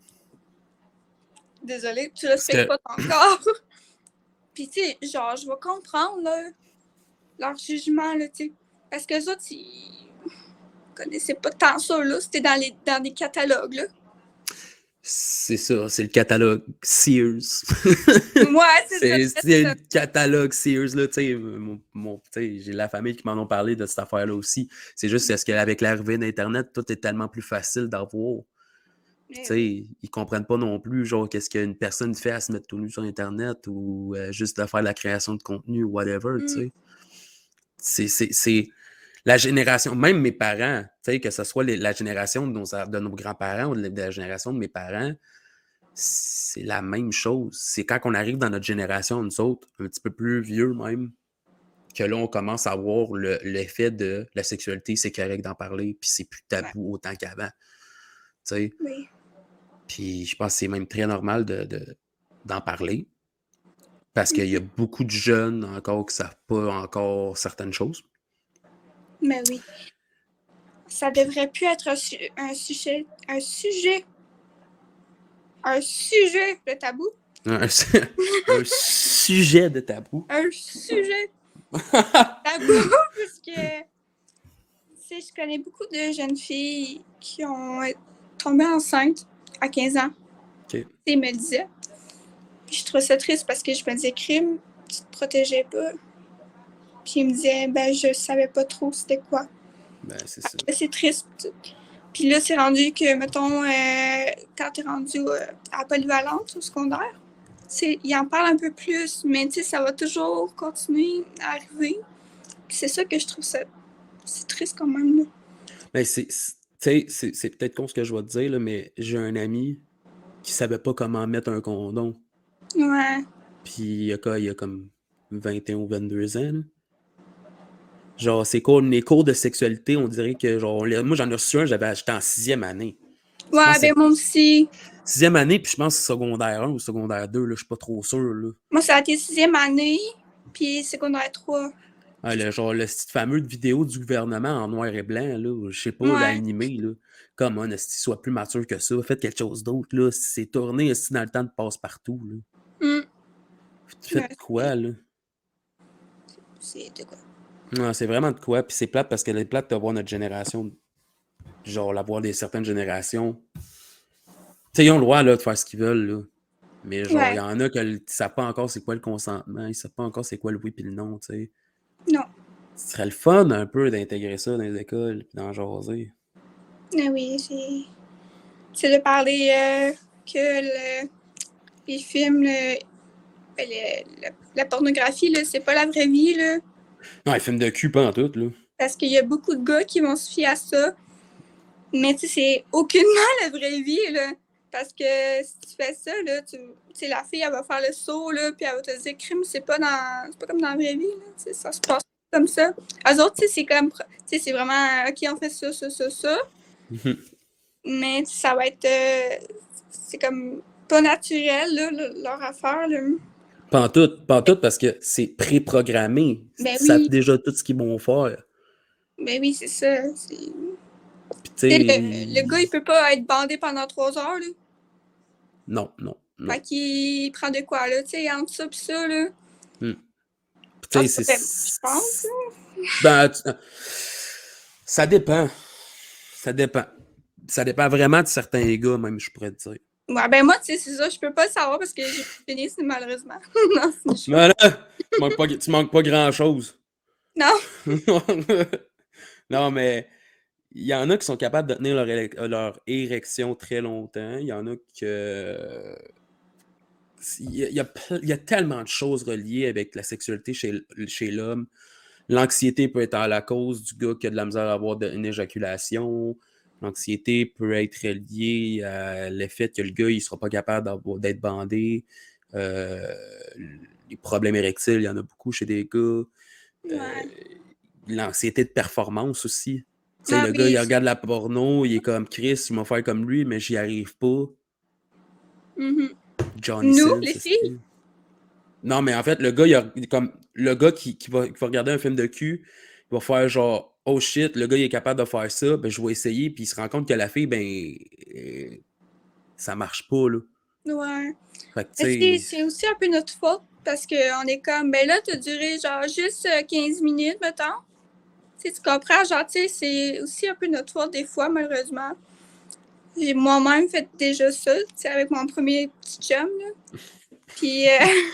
Désolée, tu parce respectes que pas ton corps. Puis, tu sais, genre, je vais comprendre, là, leur jugement, là, tu sais. Parce que les autres, ils connaissaient pas tant ça, là. C'était dans des catalogues, là. c'est ça, c'est le catalogue Sears. Ouais, c'est ça, C'est ça. le catalogue Sears, là, tu sais, tu sais, j'ai la famille qui m'en ont parlé de cette affaire-là aussi. C'est juste parce qu'avec l'arrivée d'Internet, tout est tellement plus facile d'avoir. Puis, tu Mais sais, oui. ils comprennent pas non plus, genre, qu'est-ce qu'une personne fait à se mettre tout nu sur Internet ou juste de faire la création de contenu ou whatever, tu Mm. sais. C'est la génération, même mes parents, tu sais, que ce soit la génération de nos grands-parents ou de la génération de mes parents, c'est la même chose. C'est quand on arrive dans notre génération, nous autres, un petit peu plus vieux même, que là, on commence à voir l'effet de la sexualité, c'est correct d'en parler, puis c'est plus Ouais. tabou autant qu'avant. Tu sais. Oui. Puis je pense que c'est même très normal d'en parler, parce qu'il y a Mhm. beaucoup de jeunes encore qui ne savent pas encore certaines choses. Mais oui. Ça Puis devrait plus être un sujet de tabou. un, un sujet de tabou. Un sujet tabou, parce que, tu sais, je connais beaucoup de jeunes filles qui ont tombé enceintes à 15 ans. OK. Ils me disaient. Puis je trouvais ça triste parce que je me disais, crime, tu te protégeais pas. Puis ils me disaient, ben, je savais pas trop c'était quoi. Ben, c'est ça. C'est triste. Puis là, c'est rendu que, mettons, quand t'es rendu à Polyvalente au secondaire, il en parle un peu plus, mais tu sais, ça va toujours continuer à arriver. Puis c'est ça que je trouve ça. C'est triste quand même, là. Ben, c'est peut-être con ce que je vais te dire, là, mais j'ai un ami qui savait pas comment mettre un condom. Ouais. Puis il y a comme 21 ou 22 ans. Là. Genre, les cours de sexualité, on dirait que, genre, moi j'en ai reçu un, j'étais en 6e année. Je pense Ouais, que ben c'est moi aussi. 6e année, puis je pense que c'est secondaire 1 ou secondaire 2, là, je suis pas trop sûr, là. Moi, ça a été 6e année, puis secondaire 3. Ah, genre, le fameux vidéo du gouvernement en noir et blanc, là, je sais pas, Ouais. l'animé, là. Come on, est-ce qu'il soit plus mature que ça? Faites quelque chose d'autre, là. C'est tourné, est dans le temps de passe-partout, là. Mm. Ouais, Faites quoi, là? c'est de quoi? Non, c'est vraiment de quoi, puis c'est plate parce que les plate de voir notre génération, genre, la voir des certaines générations. Tu sais, ils ont le droit, là, de faire ce qu'ils veulent, là. Mais genre, il y Ouais. en a qui ne savent pas encore c'est quoi le consentement, ils savent pas encore c'est quoi le oui puis le non, tu sais. Non. Ce serait le fun un peu d'intégrer ça dans les écoles puis d'en jaser. Ah oui, c'est de parler que les films, la pornographie, là, c'est pas la vraie vie, là. Non, les films de cul, pas en tout, là. Parce qu'il y a beaucoup de gars qui vont se fier à ça. Mais tu sais, c'est aucunement la vraie vie, là. Parce que si tu fais ça, là, tu sais, la fille, elle va faire le saut, là, puis elle va te dire, crime, c'est pas comme dans la vraie vie, là. Tu sais, ça se passe comme ça. Eux autres, tu sais, c'est comme, tu sais, c'est vraiment, OK, on fait ça, ça, ça, ça. Mais ça va être, c'est comme pas naturel, là, leur affaire, là. Pas en tout parce que c'est préprogrammé. Ils Ben savent oui, déjà tout ce qu'ils vont faire. ben oui, c'est ça. Puis tu Tu sais, sais, le gars, il peut pas être bandé pendant 3 heures, là. non, non, non. Fait qu'il prend de quoi, là, tu sais, entre ça pis ça, là. Puis En tu tout sais, cas, je pense, là. ben, ça dépend. Ça dépend. Ça dépend vraiment de certains gars, même, je pourrais te dire. Ouais, ben moi, tu sais, c'est ça, je peux pas le savoir parce que j'ai fini, malheureusement. Non, c'est une chose. Mais là, tu manques pas grand-chose. Non. Non, mais il y en a qui sont capables de tenir leur érection très longtemps. Il y en a que... Il y a tellement de choses reliées avec la sexualité chez l'homme. L'anxiété peut être à la cause du gars qui a de la misère à avoir une éjaculation. L'anxiété peut être liée à l'effet que le gars il sera pas capable d'être bandé. Les problèmes érectiles, il y en a beaucoup chez des gars. Ouais. L'anxiété de performance aussi. Tu sais, Ah le gars, il oui. regarde la porno, il est comme Chris, il m'a faire comme lui, mais j'y arrive pas. Mhm. Johnny Nous, Sins, les c'est filles? non, mais en fait, le gars, comme le gars qui va regarder un film de cul, il va faire genre oh shit, le gars il est capable de faire ça, ben je vais essayer, puis il se rend compte que la fille, ben ça marche pas, là. Ouais. Fait que Mais tu sais. c'est aussi un peu notre faute parce qu'on est comme, ben là, t'as duré genre juste 15 minutes, mettons. Tu sais, tu comprends? Genre, tu sais, c'est aussi un peu notre faute des fois, malheureusement. J'ai moi-même fait déjà ça, tu sais, avec mon premier petit chum, là. Puis,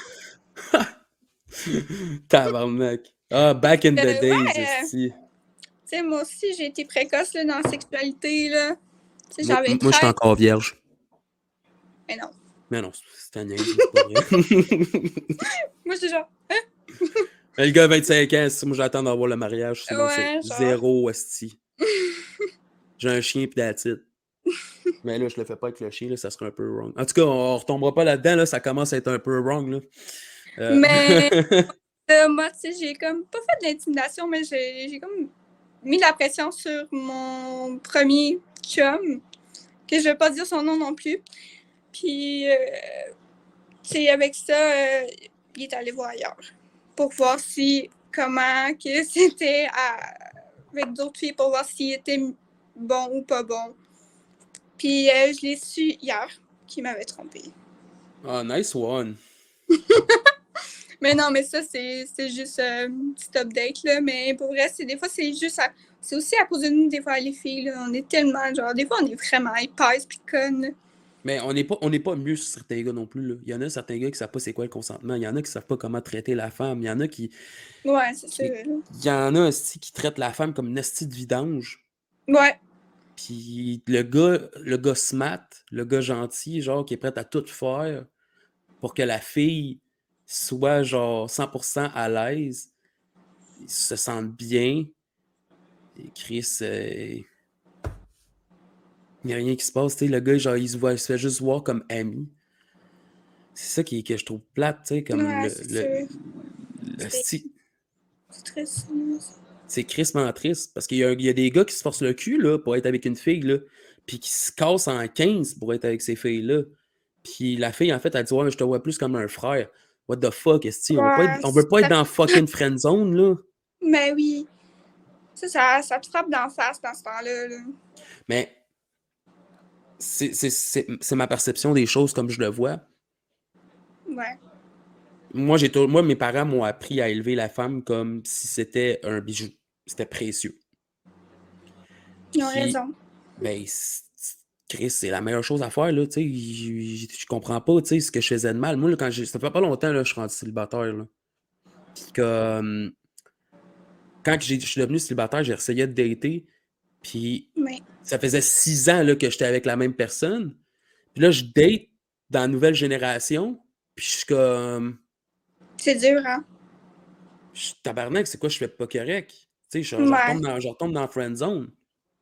Tabarnak. Ah, back in the days, ouais, esti. tu sais, moi aussi, j'ai été précoce là, dans la sexualité, là. Tu sais, Moi, j'avais moi je suis 13, encore vierge. mais non. Mais non, c'est un niaise, c'est pas vrai. Moi, j'étais genre, Mais le gars a 25 ans, si moi j'attends d'avoir le mariage, sinon c'est ouais, genre. zéro esti. J'ai un chien pis that's it. Mais là, je le fais pas avec le chien, là, ça serait un peu wrong. En tout cas, on retombera pas là-dedans, là, ça commence à être un peu wrong. Là. Mais moi, tu sais, j'ai comme pas fait de l'intimidation, mais j'ai comme mis la pression sur mon premier chum, que je vais pas dire son nom non plus. Puis, tu sais, avec ça, il est allé voir ailleurs pour voir si, comment que c'était avec d'autres filles, pour voir s'il était bon ou pas bon. Puis, je l'ai su hier qu'il m'avait trompé. Ah, nice one. Mais non, mais ça, c'est juste une petite update, là. Mais pour vrai, des fois, c'est juste c'est aussi à cause de nous, des fois, les filles, là. On est tellement, genre, des fois, on est vraiment épaisse pis connes. Mais on n'est pas mieux sur certains gars non plus. Là. Il y en a certains gars qui savent pas c'est quoi le consentement. Il y en a qui savent pas comment traiter la femme. Il y en a Ouais, c'est ça, qui, là. il y en a aussi qui traitent la femme comme une esti de vidange. Ouais. Puis le gars smart, le gars gentil, genre, qui est prêt à tout faire pour que la fille soit, genre, 100% à l'aise, se sente bien. Et Chris, il n'y a rien qui se passe, tu sais, le gars, genre, il se fait juste voir comme ami. C'est ça que je trouve plate, tu sais, comme Ouais, c'est sûr. C'est triste. c'est crissement triste, parce qu'il y a des gars qui se forcent le cul, là, pour être avec une fille, là, puis qui se cassent en 15 pour être avec ces filles-là. Puis la fille, en fait, elle dit « Ouais, je te vois plus comme un frère. » What the fuck, est-ce Ouais, on veut pas être dans fucking friend zone, là. mais oui. Ça me frappe d'en face dans ce temps-là, là. Mais c'est ma perception des choses comme je le vois. Ouais. Moi, mes parents m'ont appris à élever la femme comme si c'était un bijou. C'était précieux. Ils ont Puis, raison. ben, Chris, c'est la meilleure chose à faire, là, tu sais. Je comprends pas, tu sais, ce que je faisais de mal. Moi, là, ça fait pas longtemps, là, je suis rendu célibataire, là. Puis comme, quand je suis devenu célibataire, j'ai essayé de dater. Puis, Mais ça faisait 6 ans, là, que j'étais avec la même personne. Puis là, je date dans la nouvelle génération. Puis je suis comme, c'est dur, hein? tabarnak, c'est quoi, je fais pas correct? Tu sais, Ouais. je retombe dans la friend zone.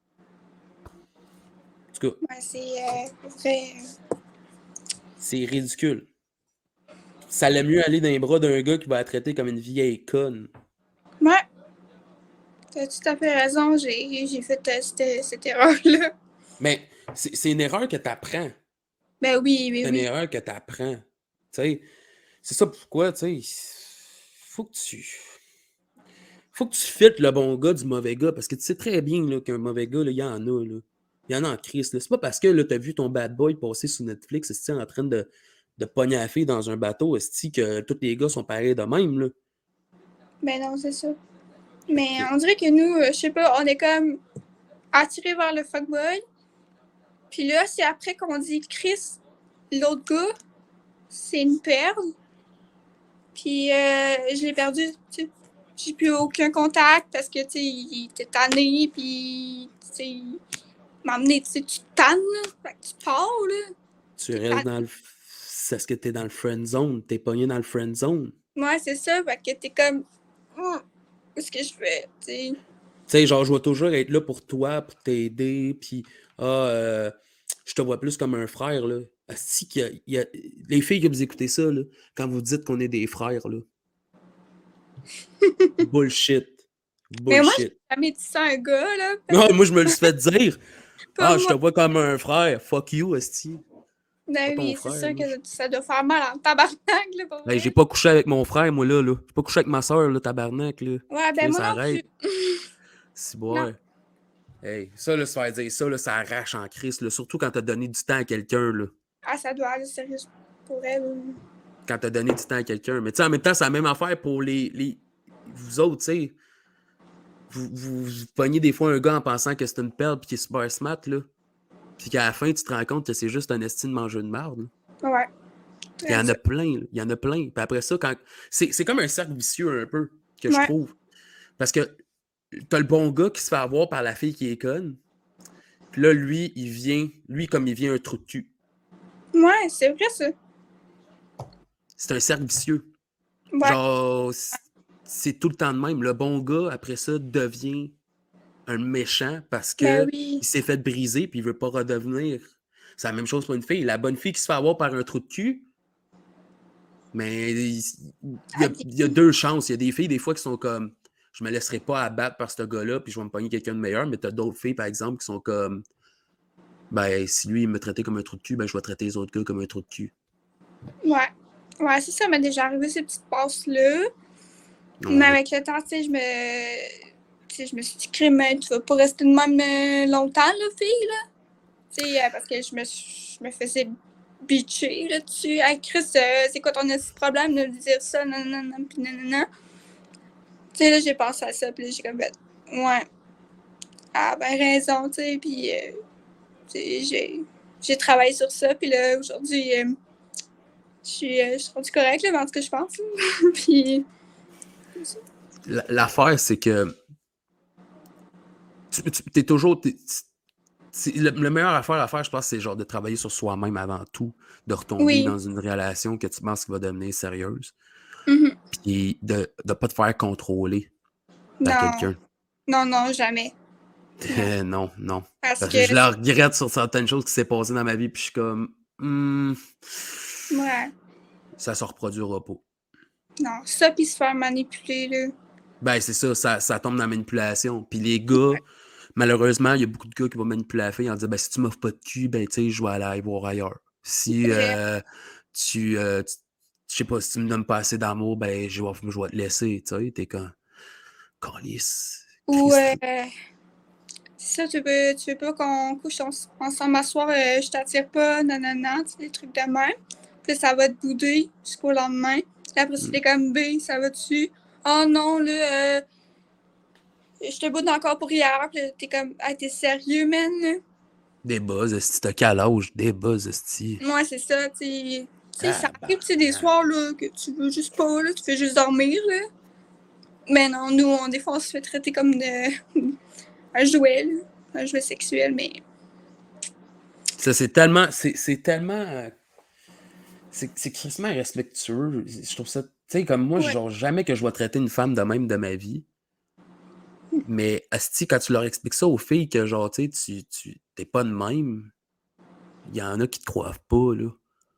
En tout cas, Ouais, c'est vrai. c'est ridicule. Ça allait mieux aller dans les bras d'un gars qui va la traiter comme une vieille conne. Ouais. T'as tout à fait raison. J'ai fait cette erreur-là. Mais c'est une erreur que tu apprends. Ben oui, oui, C'est une oui. erreur que tu apprends. Tu sais, c'est ça pourquoi, tu sais, faut que tu. Faut que tu fittes le bon gars du mauvais gars, parce que tu sais très bien là, qu'un mauvais gars, il y en a. Là. Il y en a en crise. C'est pas parce que tu as vu ton bad boy passer sur Netflix en train de pogner la fille dans un bateau que tous les gars sont pareils de même. Là. Ben non, c'est ça. Fait Mais que, on dirait que nous, je sais pas, on est comme attirés vers le fuckboy. Puis là, c'est après qu'on dit Chris, l'autre gars, c'est une perle. Puis je l'ai perdu, tu sais. J'ai plus aucun contact parce que, tu sais, il était tanné, puis, tu sais, il m'a amené, tu sais, tu te tannes, là. Fait que tu pars, là. tu T'es restes tanné. dans le. C'est ce que t'es dans le friend zone. T'es pogné dans le friend zone. Ouais, c'est ça. Fait que t'es comme. qu'est-ce que je fais, tu sais. Tu sais, genre, je vais toujours être là pour toi, pour t'aider, puis je te vois plus comme un frère, là. Asti les filles que vous écoutez ça, là, quand vous dites qu'on est des frères, là, bullshit. Mais moi, j'ai Bullshit. jamais dit ça à un gars, là. Non, moi, je me le suis fait dire. Pas Ah, je moi. te vois comme un frère. Fuck you, esti. Pas Ben ton oui, c'est frère, sûr moi. que ça doit faire mal en tabarnak, là, pour Ben, j'ai vrai. pas couché avec mon frère, moi, là. J'ai pas couché avec ma soeur, là, tabarnak, là. Ouais, ben Chris, moi non plus. arrête. Si, Non. boy. Hey, ça, là, se faire dire ça, là, ça arrache en crise, là. Surtout quand t'as donné du temps à quelqu'un, là. Ah, ça doit aller sérieux pour elle. Quand t'as donné du temps à quelqu'un. Mais tu sais, en même temps, c'est la même affaire pour vous autres, tu sais. Vous pognez des fois un gars en pensant que c'est une perle pis qu'il est super smart, là. Puis qu'à la fin, tu te rends compte que c'est juste un estime de mangeur de marde, là. Ouais. Il y Très en a ça. plein, là. Il y en a plein. Puis après ça, quand. C'est comme un cercle vicieux, un peu, que je Ouais. trouve. Parce que t'as le bon gars qui se fait avoir par la fille qui est conne. Puis là, lui, comme il vient un trou de cul. Ouais, c'est vrai, ça. C'est un cercle vicieux. Ouais. Genre, c'est tout le temps de même. Le bon gars, après ça, devient un méchant parce Ben que oui. il s'est fait briser puis il veut pas redevenir. C'est la même chose pour une fille. La bonne fille qui se fait avoir par un trou de cul, mais il y a deux chances. Il y a des filles, des fois, qui sont comme je me laisserai pas abattre par ce gars-là puis je vais me pogner quelqu'un de meilleur, mais t'as d'autres filles, par exemple, qui sont comme ben, si lui, il me traitait comme un trou de cul, ben, je vais traiter les autres gars comme un trou de cul. Ouais. Ouais, ça m'est déjà arrivé, ces petites passes-là. Ouais. Mais avec le temps, tu sais, je me suis dit, crime, tu vas pas rester de même longtemps, là, fille, là. Tu sais, parce que je me faisais bitcher là-dessus. Hey, Chris, c'est quoi ton problème de lui dire ça? Non, non, non, pis non, non, non. Tu sais, là, j'ai pensé à ça, pis là, j'ai comme fait, ouais, ah, ben, raison, tu sais, pis, tu sais, j'ai travaillé sur ça, pis là, aujourd'hui, je suis rendue correcte, là, mais en tout cas, je pense, puis... L'affaire, c'est que t'es toujours. Le meilleur affaire à faire, je pense, c'est genre de travailler sur soi-même avant tout, de retomber Oui. dans une relation que tu penses qui va devenir sérieuse, Mm-hmm. puis de ne pas te faire contrôler par Non, quelqu'un. non, non, jamais. Non. Non, non. Parce Parce que, que je la regrette sur certaines choses qui s'est passées dans ma vie, puis je suis comme. ouais, Ça se reproduira pas. non, ça, puis se faire manipuler, là. Ben, c'est ça tombe dans la manipulation. Puis les gars, malheureusement, il y a beaucoup de gars qui vont manipuler la fille en disant ben, si tu m'offres pas de cul, ben, tu sais, je vais aller voir ailleurs. Si je sais pas, si tu me donnes pas assez d'amour, ben, je vais te laisser, tu sais, t'es comme, câlisse, Ou, Christ. c'est ça, tu veux pas qu'on couche ensemble à soir, je t'attire pas, nanana, tu sais, des trucs de même. Puis là, ça va te bouder jusqu'au lendemain. Puis après, c'était comme B, ça va dessus. Oh non, là, je te boude encore pour hier. Puis là, t'es comme, ah, t'es sérieux, man? Là? Des buzz, esti, t'as quel âge? Des buzz, esti. Ouais, c'est ça, tu sais, ça arrive, tu sais, des Ben, soirs, là, que tu veux juste pas, là, tu fais juste dormir, là. Mais non, nous, des fois, on se fait traiter comme un jouet, là. Un jouet sexuel, mais... ça, c'est tellement, c'est crissement irrespectueux. Je trouve ça, tu sais, comme moi, Ouais. genre, jamais que je vais traiter une femme de même de ma vie. Mais asti, quand tu leur expliques ça aux filles que genre, tu sais, tu t'es pas de même, il y en a qui te croient pas, là.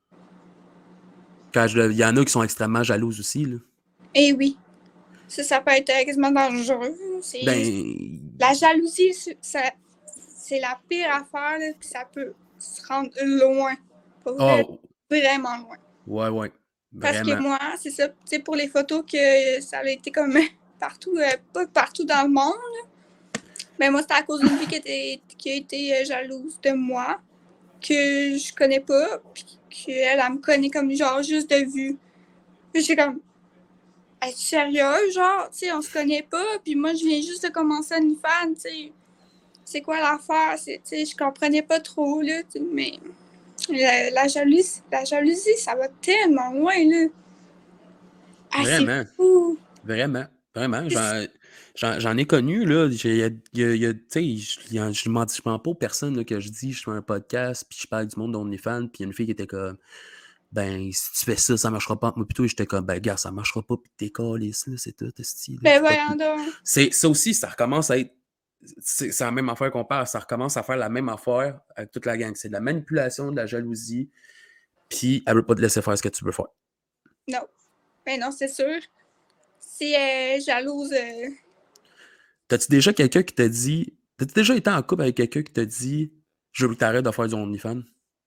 Il y en a qui sont extrêmement jalouses aussi, là. Eh oui. Ça peut être quasiment dangereux. Ben, La jalousie, c'est la pire affaire, là, puis ça peut se rendre loin. Pour vrai, oh, vraiment loin. ouais, Parce que vraiment. moi, c'est ça, tu sais, pour les photos que ça a été comme partout, pas partout dans le monde, là. Mais moi, c'était à cause d'une fille qui a été jalouse de moi, que je connais pas, puis qu'elle, elle me connaît comme genre juste de vue. Puis j'étais comme, es-tu sérieux, genre, tu sais, on se connaît pas, puis moi, je viens juste de commencer à OnlyFans, tu sais. C'est quoi l'affaire? Tu sais, je comprenais pas trop, là, mais la jalousie, ça va tellement loin, là. Ah, c'est Vraiment. fou! Vraiment. J'en ai connu, là. Tu sais, je mens pas aux personnes là, que je dis, je fais un podcast, puis je parle du monde d'OnlyFans, puis il y a une fille qui était comme, ben, si tu fais ça, ça marchera pas entre moi pis toi. Et j'étais comme, ben, gars, ça marchera pas pis t'es calisse, là, c'est tout, esti, là. Ben voyons donc. Ça aussi, ça recommence à être. C'est la même affaire qu'on parle. Ça recommence à faire la même affaire avec toute la gang. C'est de la manipulation, de la jalousie, puis elle veut pas te laisser faire ce que tu veux faire. Non. Ben non, c'est sûr. Si elle est jalouse. T'as-tu déjà quelqu'un qui t'a dit. T'as-tu déjà été en couple avec quelqu'un qui t'a dit je veux que t'arrêtes de faire du OnlyFans?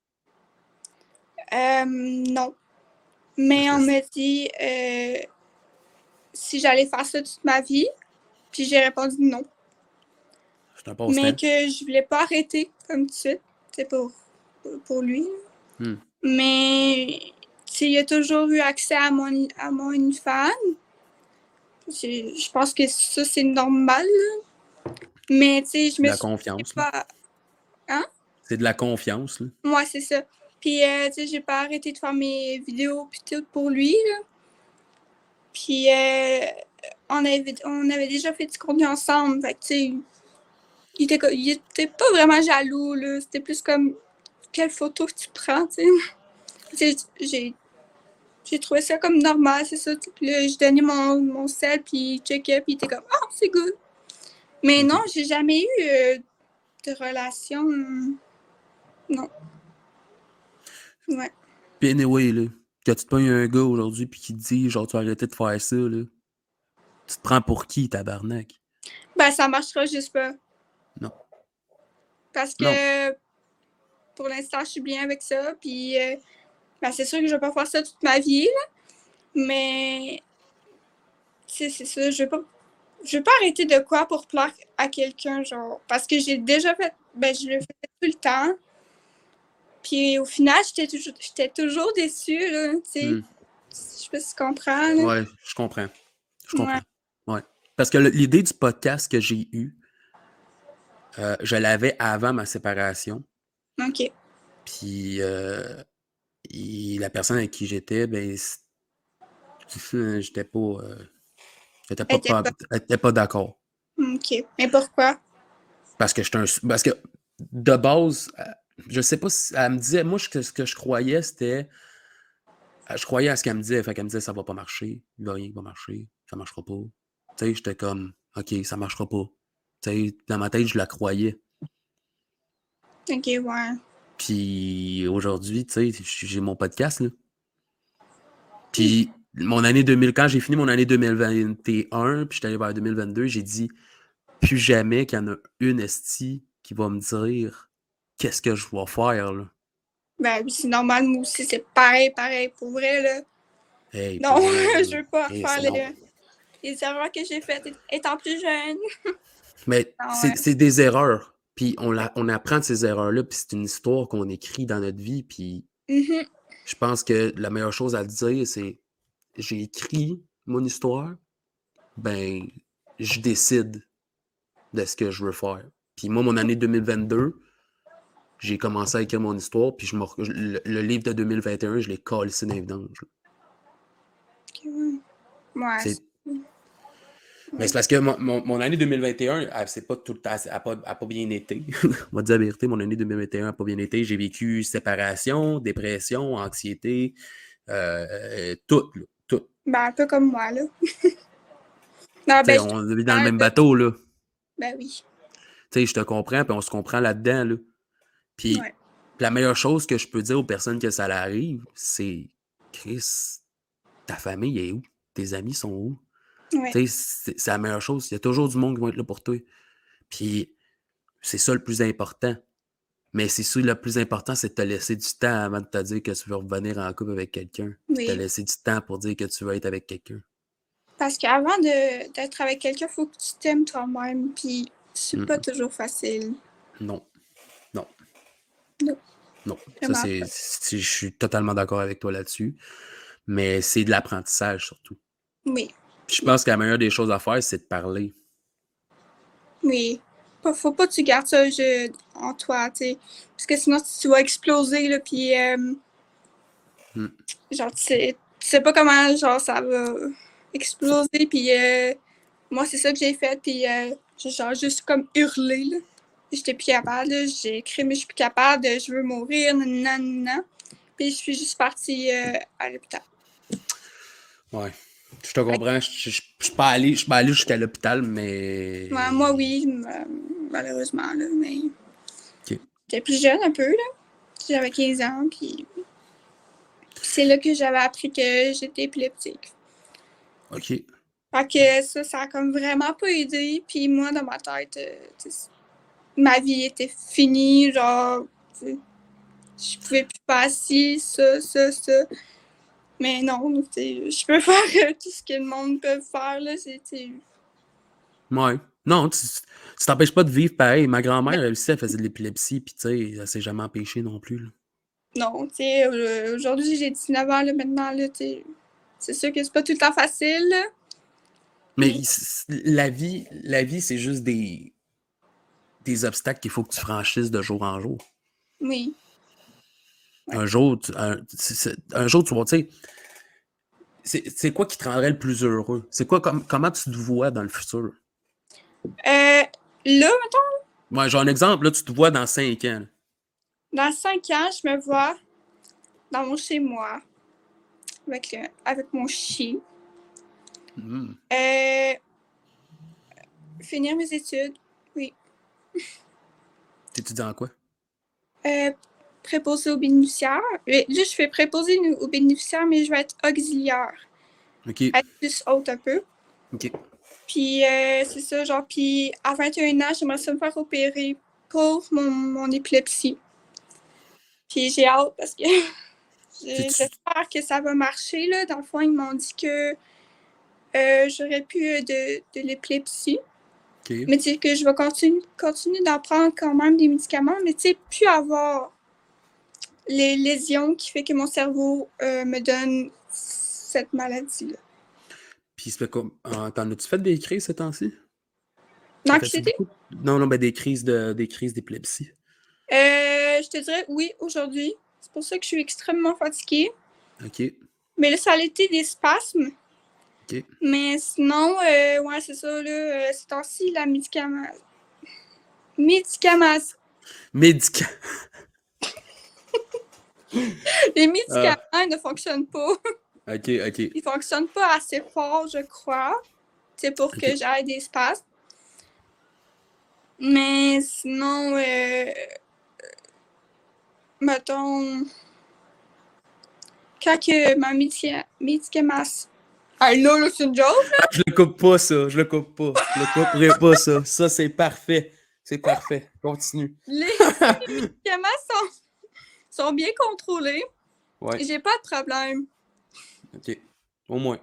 Non. Mais on m'a dit si j'allais faire ça toute ma vie. Puis j'ai répondu non. Je t'en passe Mais que je voulais pas arrêter comme tout de suite. C'est pour lui. Mais il a toujours eu accès à mon OnlyFans. Je pense que ça, c'est normal. Mais tu sais, je me la suis confiance. pas. Hein? C'est de la confiance. Là. Ouais, c'est ça. Puis, tu sais, j'ai pas arrêté de faire mes vidéos puis tout pour lui. Là. Puis, on avait déjà fait du contenu ensemble. Fait que, tu sais, il était pas vraiment jaloux. Là. C'était plus comme quelle photo que tu prends, tu sais. J'ai trouvé ça comme normal, c'est ça. Puis là, je donnais mon sel, puis il checkait, puis il était comme « Ah, c'est good! » Mais non, j'ai jamais eu de relation. Non. Ouais. Puis anyway, là, quand tu te pognes un gars aujourd'hui puis qui te dit genre tu vas arrêter de faire ça, là, tu te prends pour qui, tabarnak? Ben, ça marchera juste pas. Non. Parce que pour l'instant, je suis bien avec ça, puis ben, c'est sûr que je vais pas faire ça toute ma vie, là. Mais c'est ça, je veux pas arrêter de quoi pour plaire à quelqu'un, genre. Parce que j'ai déjà fait. Ben, je le fais tout le temps. Puis au final, j'étais toujours déçue, là. Tu sais. Je sais pas si tu comprends, là. Ouais, je comprends. Je comprends. Ouais. Parce que l'idée du podcast que j'ai eu, je l'avais avant ma séparation. OK. Puis la personne avec qui j'étais, ben, j'étais pas. Elle était pas d'accord. OK. Mais pourquoi? Parce que parce que de base, je sais pas si elle me disait, moi, ce que je croyais, c'était. Je croyais à ce qu'elle me disait. Fait qu'elle me disait, ça va pas marcher. Il va rien qui va marcher. Ça marchera pas. Tu sais, j'étais comme, OK, ça marchera pas. Tu sais, dans ma tête, je la croyais. OK, ouais. Puis aujourd'hui, tu sais, j'ai mon podcast, là. Puis mon année 2000, quand j'ai fini mon année 2021, puis j'étais allé vers 2022, j'ai dit plus jamais qu'il y en a une esti qui va me dire qu'est-ce que je dois faire, là. Ben oui, c'est normal, moi aussi, c'est pareil, pour vrai, là. Hey, non, vrai, je veux pas faire les erreurs que j'ai faites étant plus jeune. Mais c'est des erreurs. Puis on apprend de ces erreurs-là, puis c'est une histoire qu'on écrit dans notre vie. Puis je pense que la meilleure chose à dire, c'est j'ai écrit mon histoire, ben je décide de ce que je veux faire. Puis moi, mon année 2022, j'ai commencé à écrire mon histoire, puis le livre de 2021, je l'ai collé dans les vidanges. Ouais. Mais c'est parce que mon année 2021, c'est pas tout le temps, elle n'a pas bien été. On va dire la vérité, mon année 2021 n'a pas bien été. J'ai vécu séparation, dépression, anxiété, tout, là, tout. Ben, un peu comme moi, là. non, ben, on est dans le même bateau, là. Ben oui. Tu sais, je te comprends, puis on se comprend là-dedans, là. Puis la meilleure chose que je peux dire aux personnes que ça arrive, c'est Chris, ta famille est où? Tes amis sont où? Tu sais, c'est la meilleure chose. Il y a toujours du monde qui va être là pour toi. Puis c'est ça le plus important. Mais c'est sûr, le plus important, c'est de te laisser du temps avant de te dire que tu veux revenir en couple avec quelqu'un. Te laisser du temps pour dire que tu veux être avec quelqu'un. Parce qu'avant d'être avec quelqu'un, il faut que tu t'aimes toi-même. Puis c'est pas toujours facile. Non. Ça, je suis totalement d'accord avec toi là-dessus. Mais c'est de l'apprentissage surtout. Oui. Puis je pense que la meilleure des choses à faire, c'est de parler. Oui. Faut pas que tu gardes ça en toi, tu sais. Parce que sinon, tu vas exploser, là, puis... genre, tu sais pas comment, genre, ça va exploser, puis moi, c'est ça que j'ai fait, puis j'ai genre juste comme hurlé, là. J'étais plus capable, là. J'ai écrit, mais je suis plus capable, je veux mourir, nanana. Puis je suis juste partie à l'hôpital. Ouais. Je te comprends. Je suis pas allé jusqu'à l'hôpital, mais. Ouais, moi, oui, malheureusement, là, mais OK. j'étais plus jeune un peu, là. J'avais 15 ans, puis c'est là que j'avais appris que j'étais épileptique. OK. Fait que ça a comme vraiment pas aidé, puis moi, dans ma tête, ma vie était finie, genre, je pouvais plus faire ci, ça. Mais non, je peux faire tout ce que le monde peut faire, là, Ouais. Non, tu t'empêches pas de vivre pareil. Ma grand-mère, elle aussi, elle faisait de l'épilepsie, puis tu sais, elle s'est jamais empêchée non plus. Là. Non, tu sais, aujourd'hui, j'ai 19 ans, là, maintenant, là, tu sais, c'est sûr que c'est pas tout le temps facile, là. Mais la vie, c'est juste des obstacles qu'il faut que tu franchisses de jour en jour. Oui. Ouais. Un jour, tu vas, tu sais, c'est quoi qui te rendrait le plus heureux? C'est quoi, comment tu te vois dans le futur? Là, mettons, Ouais, j'ai un exemple, là, tu te vois dans 5 ans. Là. dans 5 ans, je me vois dans mon chez-moi avec mon chien. Mm. Finir mes études, oui. T'étudies en quoi? Préposé aux bénéficiaires. Là, je fais préposé aux bénéficiaires, mais je vais être auxiliaire. OK. Être plus haute un peu. OK. Puis c'est ça, genre, puis à 21 ans, j'aimerais ça me faire opérer pour mon épilepsie. Puis j'ai hâte parce que j'espère que ça va marcher, là. Dans le fond, ils m'ont dit que j'aurais plus de l'épilepsie. OK. Mais tu sais que je vais continuer d'en prendre quand même des médicaments, mais tu sais, plus avoir les lésions qui fait que mon cerveau me donne cette maladie-là. Puis, t'en as-tu fait des crises ces temps-ci? L'anxiété? Non, ben des crises d'épilepsie. Je te dirais oui, aujourd'hui. C'est pour ça que je suis extrêmement fatiguée. OK. Mais là, ça a été des spasmes. OK. Mais sinon, ouais, c'est ça, là. Ces temps-ci, la médicaments. Les médicaments ne fonctionnent pas. OK. Ils fonctionnent pas assez fort, je crois. C'est pour que j'aille des spasmes. Mais sinon, mettons, quand que ma médicament... Ah là, c'est une joke, là? Je le coupe pas, ça. Je le couperai pas, ça. Ça, c'est parfait. C'est parfait. Continue. Les médicaments sont bien contrôlés. Ouais. J'ai pas de problème. OK. Au moins.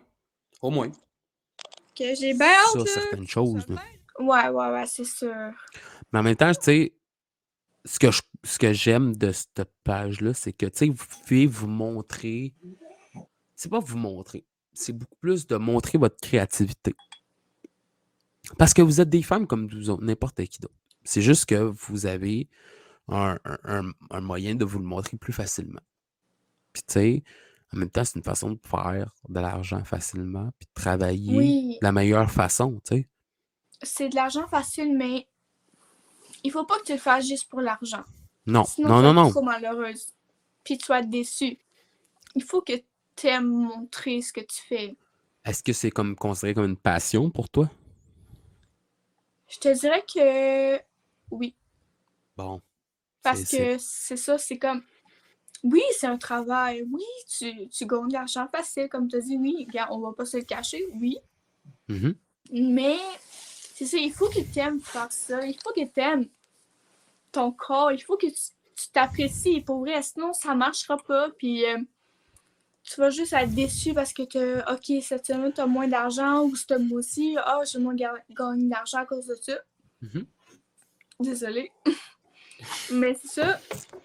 Que j'ai bien hâte, là. Certaines choses. Ouais, c'est sûr. Mais en même temps, tu sais, ce que j'aime de cette page-là, c'est que, tu sais, vous pouvez vous montrer. C'est pas vous montrer. C'est beaucoup plus de montrer votre créativité. Parce que vous êtes des femmes comme nous autres, n'importe qui d'autre. C'est juste que vous avez un moyen de vous le montrer plus facilement. Puis, tu sais, en même temps, c'est une façon de faire de l'argent facilement, puis de travailler de la meilleure façon, tu sais. C'est de l'argent facile, mais il faut pas que tu le fasses juste pour l'argent. Non, sinon, tu vas être trop malheureuse. Puis tu vas être déçue. Il faut que tu aimes montrer ce que tu fais. Est-ce que c'est considéré comme une passion pour toi? Je te dirais que oui. Bon. Parce que c'est ça, c'est comme... Oui, c'est un travail. Oui, tu gagnes de l'argent facile, comme tu as dit. Oui, regarde, on va pas se le cacher. Oui. Mm-hmm. Mais c'est ça, il faut que tu aimes faire ça. Il faut que tu aimes ton corps. Il faut que tu t'apprécies. Pour vrai, sinon, ça marchera pas. Puis tu vas juste être déçu parce que OK, cette semaine, tu as moins d'argent. Ou ce mois-ci, j'ai moins gagné d'argent à cause de ça. Mm-hmm. Désolée. Mais c'est ça.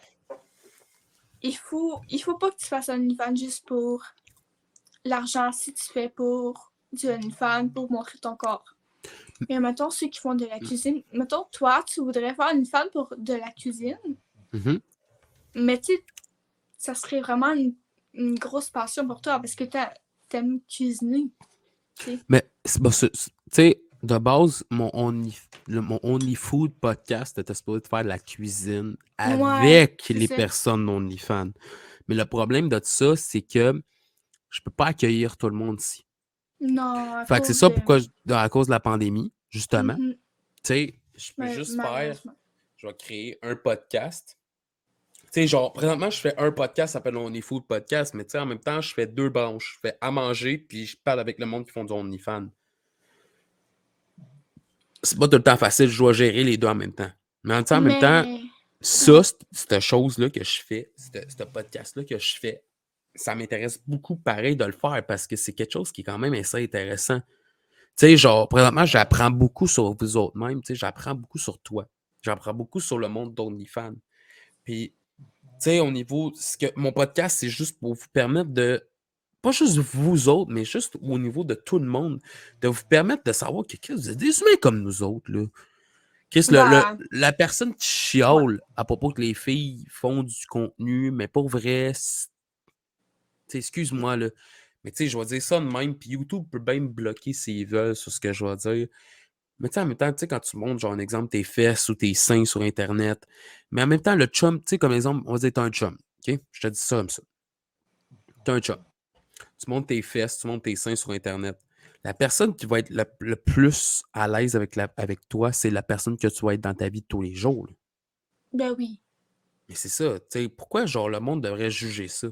Il faut pas que tu fasses un OnlyFans juste pour l'argent si tu fais pour du OnlyFans pour montrer ton corps. Mais mettons ceux qui font de la cuisine, mettons toi, tu voudrais faire une fan pour de la cuisine. Mm-hmm. Mais tu sais, ça serait vraiment une grosse passion pour toi parce que t'aimes cuisiner. T'sais. Mais tu sais, de base, mon OnlyFood podcast était supposé de faire de la cuisine avec les personnes OnlyFans. Mais le problème de ça, c'est que je peux pas accueillir tout le monde ici. Non, à Fait que c'est cause ça de... pourquoi, à cause de la pandémie, justement, Mhm. tu sais, je peux juste faire, Malheureusement. je vais créer un podcast. Tu sais, genre, présentement, je fais un podcast, ça s'appelle On est Food Podcast, mais tu sais, en même temps, je fais 2 branches. Je fais à manger, puis je parle avec le monde qui font du OnlyFans. C'est pas tout le temps facile, je dois gérer les deux en même temps. Mais en même temps, Mais... ça, Ouais. cette chose-là que je fais, ce podcast-là que je fais, ça m'intéresse beaucoup pareil de le faire parce que c'est quelque chose qui est quand même assez intéressant. Tu sais, genre, présentement, j'apprends beaucoup sur vous autres même, tu sais, j'apprends beaucoup sur toi. J'apprends beaucoup sur le monde d'OnlyFans. Puis, tu sais, au niveau, mon podcast, c'est juste pour vous permettre de, pas juste vous autres, mais juste au niveau de tout le monde, de vous permettre de savoir que vous êtes des humains comme nous autres, là. Chris, Bah, la personne qui ouais. chiale à propos que les filles font du contenu, mais pas vrai, excuse-moi, là. Mais tu sais, je vais dire ça de même, puis YouTube peut bien me bloquer s'ils veulent sur ce que je vais dire. Mais tu sais, en même temps, tu sais, quand tu montres, genre, un exemple, tes fesses ou tes seins sur Internet, mais en même temps, le chum, tu sais, comme exemple, on va dire, t'as un chum, OK? Je te dis ça comme ça. T'as un chum. Tu montes tes fesses, tu montes tes seins sur Internet. La personne qui va être le plus à l'aise avec toi, c'est la personne que tu vas être dans ta vie de tous les jours, là. Ben oui. Mais c'est ça, tu sais, pourquoi, genre, le monde devrait juger ça?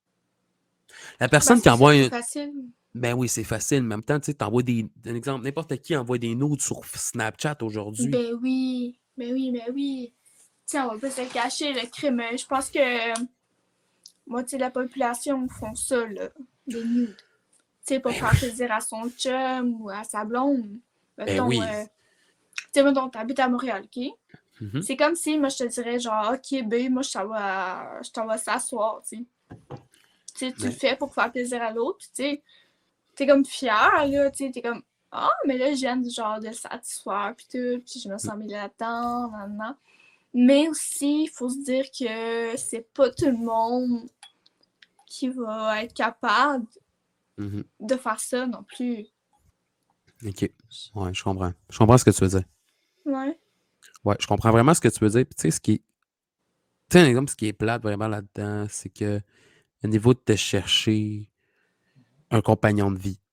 La Parce personne qui que c'est envoie plus un... facile. Ben oui, c'est facile, mais en même temps, tu sais, t'envoies un exemple, n'importe qui envoie des nudes sur Snapchat aujourd'hui. Ben oui. Ben oui, ben oui. Tu sais, on va pas se cacher le crime. Je pense que moitié de la population font ça, là. Des nudes. Tu sais, pour Ben faire oui. plaisir à son chum ou à sa blonde. Ben Mettons, oui. tu sais, mettons, t'habites à Montréal, OK? Mhm. C'est comme si, moi, je te dirais, genre, OK, B, moi, je t'envoie s'asseoir, tu sais. Tu sais, tu le Ben, fais pour faire plaisir à l'autre, puis tu sais, t'es comme fier, là, tu sais, t'es comme, ah, mais là, je viens genre de le satisfaire, puis tout, puis je me sens bien là-dedans, maintenant. Mais aussi, il faut se dire que c'est pas tout le monde qui va être capable mhm. de faire ça non plus. OK. Ouais, je comprends. Je comprends ce que tu veux dire. Ouais. Ouais, je comprends vraiment ce que tu veux dire. Puis, tu sais, tu sais, un exemple, ce qui est plate vraiment là-dedans, c'est que au niveau de te chercher un compagnon de vie,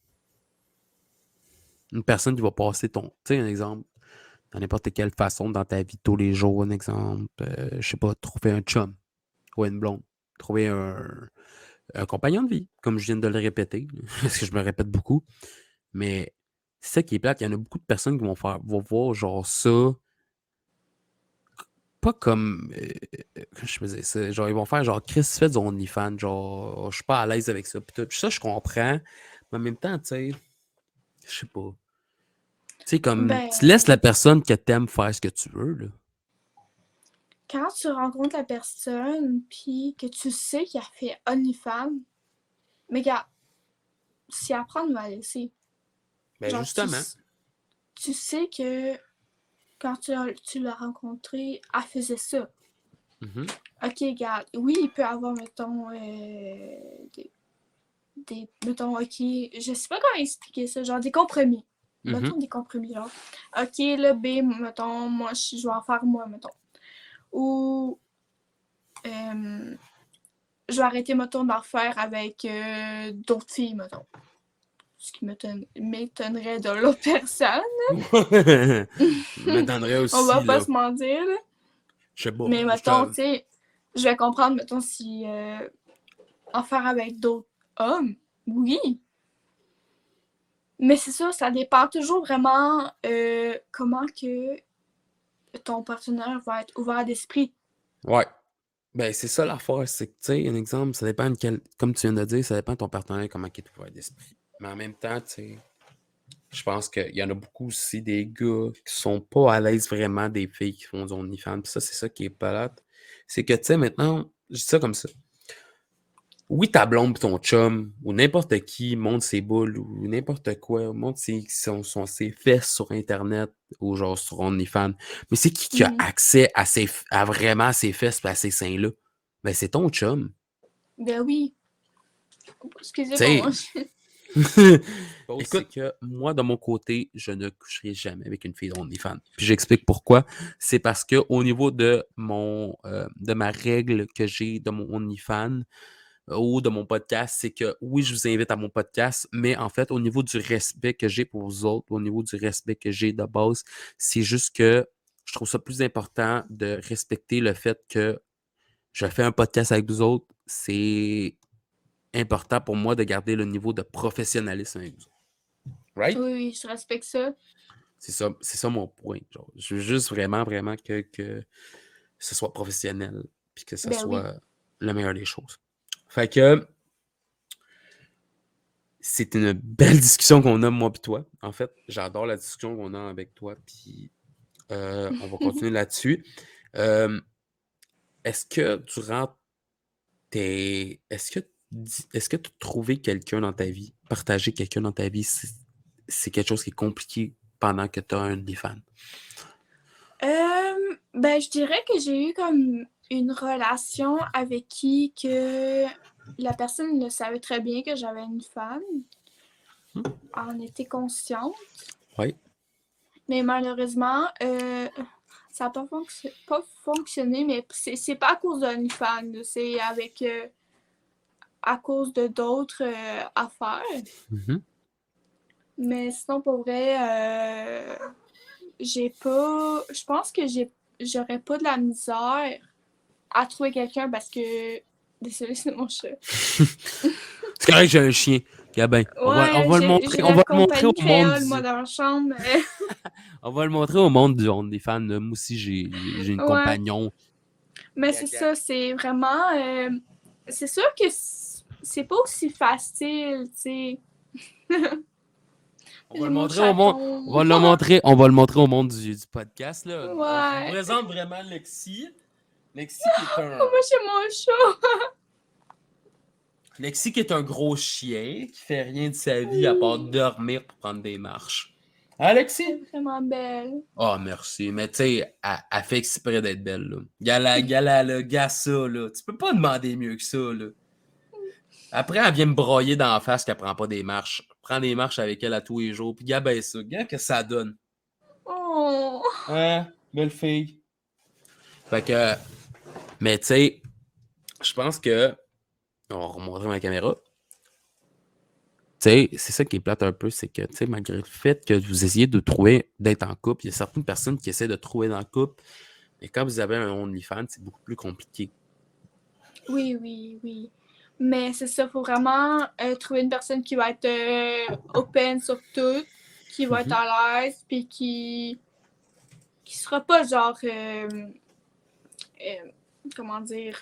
une personne qui va passer tu sais, un exemple, dans n'importe quelle façon dans ta vie de tous les jours, un exemple, je sais pas, trouver un chum, trouver une blonde, trouver un compagnon de vie, comme je viens de le répéter, parce que je me répète beaucoup. Mais c'est ça qui est plate. Il y en a beaucoup de personnes qui vont voir genre ça, pas comme, comment je faisais ça, genre ils vont faire genre Chris fait du OnlyFans, genre je suis pas à l'aise avec ça. Puis tout. Puis ça, je comprends. Mais en même temps, tu sais, je sais pas. Tu sais, comme, tu laisses Ben, la personne que t'aimes faire ce que tu veux, là. quand tu rencontres la personne, puis que tu sais qu'il a fait OnlyFans, mais regarde, si elle prend, elle va laisser. Ben Genre, justement. tu sais que quand tu l'as rencontré, elle faisait ça. Mhm, Ok, regarde, oui, il peut avoir, mettons, mettons, ok, je sais pas comment expliquer ça, genre des compromis. mhm. Mettons des compromis, genre. Ok, là, B, mettons, moi, je vais en faire moi, mettons. Ou, je vais arrêter, mettons, d'en faire avec d'autres filles, mettons. Ce qui m'étonnerait de l'autre personne. M'étonnerait On va aussi, pas là. se mentir, là. Je sais pas. Mais mettons, tu sais, je vais comprendre, mettons, si en faire avec d'autres hommes, oui. Mais c'est ça dépend toujours vraiment comment que ton partenaire va être ouvert d'esprit. Ouais. Ben, c'est ça l'affaire, c'est que, tu sais, un exemple, ça dépend de quel, comme tu viens de dire, ça dépend de ton partenaire, comment il est ouvert d'esprit. Mais en même temps, tu sais, je pense qu'il y en a beaucoup aussi des gars qui sont pas à l'aise vraiment des filles qui font du OnlyFans. Puis ça, c'est ça qui est plate. C'est que, tu sais, maintenant, je dis ça comme ça. Oui, ta blonde pis ton chum, ou n'importe qui monte ses boules, ou n'importe quoi, monte ses fesses sur Internet, ou genre sur OnlyFans. Mais c'est qui a accès à vraiment ses fesses et à ces seins-là? Ben, c'est ton chum. Ben oui. Excusez Tu pour moi. sais, pose, c'est que moi, de mon côté, je ne coucherai jamais avec une fille d'OnlyFans. Puis j'explique pourquoi. C'est parce que au niveau de de ma règle que j'ai de mon OnlyFans ou de mon podcast, c'est que oui, je vous invite à mon podcast, mais en fait, au niveau du respect que j'ai pour vous autres, au niveau du respect que j'ai de base, c'est juste que je trouve ça plus important de respecter le fait que je fais un podcast avec vous autres. C'est important pour moi de garder le niveau de professionnalisme avec vous. Right? Oui, je respecte ça. C'est ça mon point. Genre, je veux juste vraiment que ce soit professionnel puis que ce soit le meilleur des choses. Fait que c'est une belle discussion qu'on a, moi et toi. En fait, j'adore la discussion qu'on a avec toi, puis on va continuer là-dessus. Est-ce que durant Est-ce que tu as trouvé quelqu'un dans ta vie, partager quelqu'un dans ta vie, c'est quelque chose qui est compliqué pendant que tu as un OnlyFans? Je dirais que j'ai eu comme une relation avec qui que la personne le savait très bien que j'avais une fan. En était consciente. Oui. Mais malheureusement, ça n'a pas fonctionné, mais c'est pas à cause d'un fan, c'est avec à cause de d'autres affaires. Mm-hmm. Mais sinon, pour vrai, je pense que j'aurais pas de la misère à trouver quelqu'un parce que. Désolée, c'est mon chat. C'est correct, j'ai un chien. Gabin. On va le montrer. On va le montrer au monde. Moi, dans la chambre. On va le montrer au monde du OnlyFans. Moi aussi, j'ai une compagnon. Mais c'est ça, c'est vraiment. C'est sûr que c'est pas aussi facile, tu sais. On va le montrer au monde. On va le montrer au monde du podcast. Là. Ouais. On vous présente vraiment Lexi. Lexi qui est un. Moi, c'est mon chat. Lexi qui est un gros chien qui fait rien de sa vie à part dormir pour prendre des marches. Hein, Lexi? Elle est vraiment belle. Oh, merci. Mais tu sais, elle fait exprès d'être belle. Là. Le gars, ça. Là. Tu peux pas demander mieux que ça. Là. Après, elle vient me broyer dans la face qu'elle prend pas des marches. Prends des marches avec elle à tous les jours. Puis, gars, ben ça. Gars, que ça donne. Oh. Hein? Belle fille. Fait que. Mais tu sais, je pense que. On va remontrer ma caméra. Tu sais, c'est ça qui est plate un peu, c'est que, tu sais, malgré le fait que vous essayez de trouver, d'être en couple, il y a certaines personnes qui essaient de trouver dans le couple, mais quand vous avez un OnlyFans, c'est beaucoup plus compliqué. Oui. Mais c'est ça, il faut vraiment trouver une personne qui va être open sur tout, qui va être à l'aise, puis qui sera pas genre, comment dire,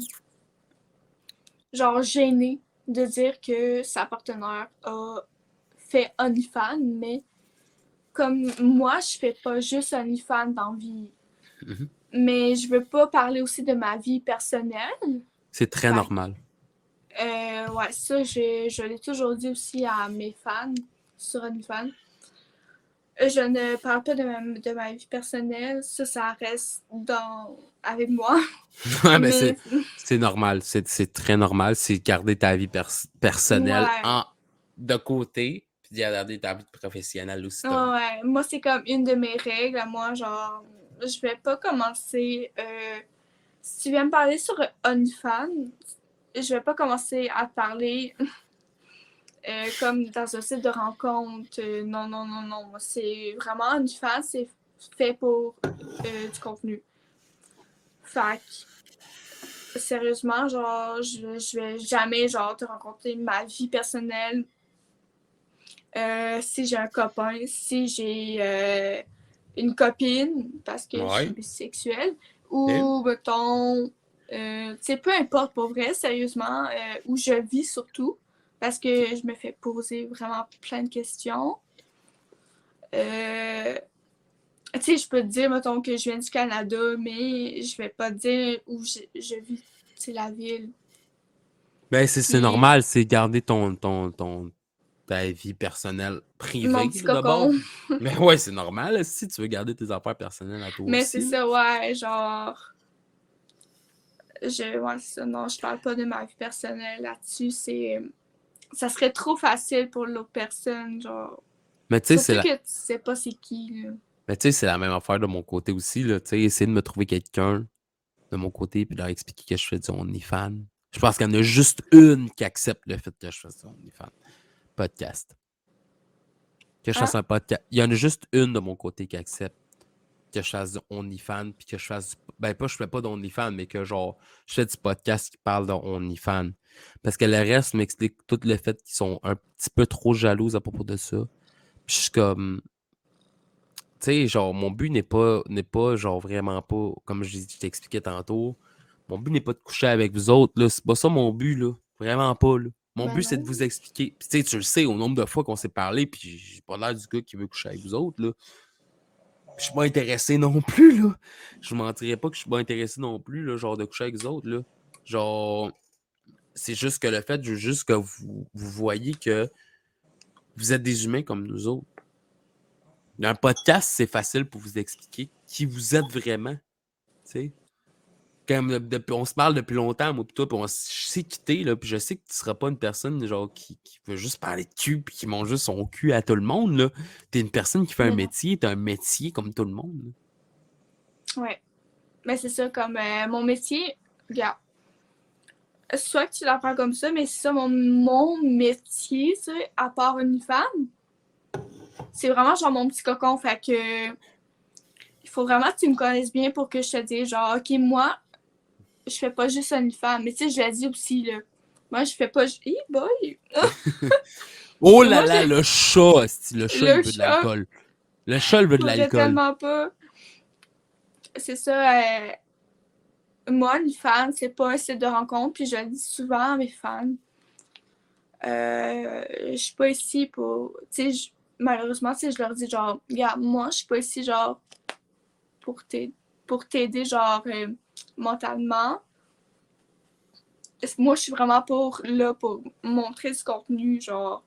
genre gêné de dire que sa partenaire a fait OnlyFans, mais comme moi, je fais pas juste OnlyFans dans la vie. Mais je veux pas parler aussi de ma vie personnelle. C'est très normal. Ouais, ça, je l'ai toujours dit aussi à mes fans sur OnlyFans. Je ne parle pas de ma vie personnelle. Ça reste avec moi. Ouais, mais c'est normal. C'est très normal. C'est garder ta vie personnelle de côté, puis garder ta vie professionnelle aussi. Ouais, moi, c'est comme une de mes règles. Moi, genre, je vais pas commencer. Si tu viens me parler sur OnlyFans, je vais pas commencer à te parler comme dans un site de rencontre. Non. C'est vraiment OnlyFans, c'est fait pour du contenu. Fait que, sérieusement, genre, je vais jamais, genre, te raconter ma vie personnelle. Si j'ai un copain, si j'ai une copine, parce que je suis bisexuelle, ou, mettons, tu sais, peu importe, pour vrai, sérieusement, où je vis surtout, parce que je me fais poser vraiment plein de questions. Tu sais, je peux te dire, mettons, que je viens du Canada, mais je vais pas te dire où je vis, c'est la ville. Ben, c'est normal, c'est garder ta vie personnelle privée. Mon petit cocon. Mais ouais, c'est normal si tu veux garder tes affaires personnelles à toi mais aussi. Mais c'est ça, ouais, genre... Ouais, c'est ça, non, je parle pas de ma vie personnelle là-dessus, c'est ça serait trop facile pour l'autre personne, genre. Mais tu sais, Surtout que tu sais pas c'est qui, là. Mais tu sais, c'est la même affaire de mon côté aussi, là. Tu sais, essayer de me trouver quelqu'un de mon côté puis leur expliquer que je fais du OnlyFans. Je pense qu'il y en a juste une qui accepte le fait que je fasse du OnlyFans. Podcast. Que je fasse un podcast. Il y en a juste une de mon côté qui accepte que je fasse du OnlyFans puis que je fasse ben pas je fais pas d'OnlyFans mais que genre je fais du podcast qui parle de OnlyFans parce que le reste m'explique tout le fait qu'ils sont un petit peu trop jalouses à propos de ça puis je suis comme tu sais genre mon but n'est pas genre vraiment pas comme je t'expliquais tantôt mon but n'est pas de coucher avec vous autres là c'est pas ça mon but là vraiment pas là mon but c'est de vous expliquer puis tu sais tu le sais au nombre de fois qu'on s'est parlé puis j'ai pas l'air du gars qui veut coucher avec vous autres là. Je suis pas intéressé non plus, là. Je vous mentirais pas que je suis pas intéressé non plus, là, genre de coucher avec les autres, là. Genre, c'est juste que le fait, juste que vous voyez que vous êtes des humains comme nous autres. Un podcast, c'est facile pour vous expliquer qui vous êtes vraiment, tu sais. Comme on se parle depuis longtemps, moi pis toi, puis on s'est quitté, là, puis je sais que tu seras pas une personne, genre, qui veut juste parler de cul puis qui mange juste son cul à tout le monde, là. T'es une personne qui fait un métier, t'as un métier comme tout le monde, là. Ouais. Mais c'est ça, comme mon métier, regarde. Soit que tu l'apprends comme ça, mais c'est ça, mon métier, tu sais, à part une femme, c'est vraiment genre mon petit cocon. Fait que il faut vraiment que tu me connaisses bien pour que je te dise, genre, OK, moi, je fais pas juste une femme. Mais tu sais, je l'ai dit aussi, là. Moi, je fais pas. Hey boy! Oh là là, le chat, le chat, il veut de chat, l'alcool. Le chat, il veut de faudrait l'alcool. tellement pas. C'est ça, moi, une fan, c'est pas un site de rencontre, puis je le dis souvent à mes fans. Je suis pas ici pour. Tu sais, malheureusement, tu sais, je leur dis genre, regarde, moi, je suis pas ici genre pour t'aider, genre mentalement. Moi, je suis vraiment là pour montrer du contenu, genre.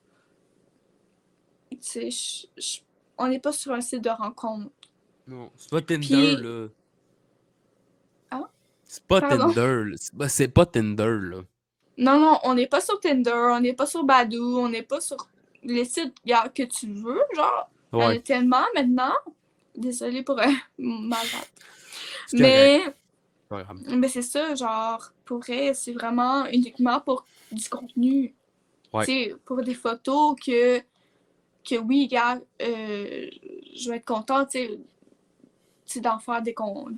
Tu sais, on n'est pas sur un site de rencontre. Non, c'est pas Tinder, Puis, là. ah? C'est pas Pardon? Tinder, là. C'est pas Tinder, là. Non, on n'est pas sur Tinder, on n'est pas sur Badoo, on n'est pas sur les sites que tu veux, genre. Il y en a tellement maintenant. Désolée pour ma date. Mais c'est ça, genre, pour vrai, c'est vraiment uniquement pour du contenu. Ouais. Tu sais, pour des photos que oui, gars, je vais être contente, tu sais, d'en faire des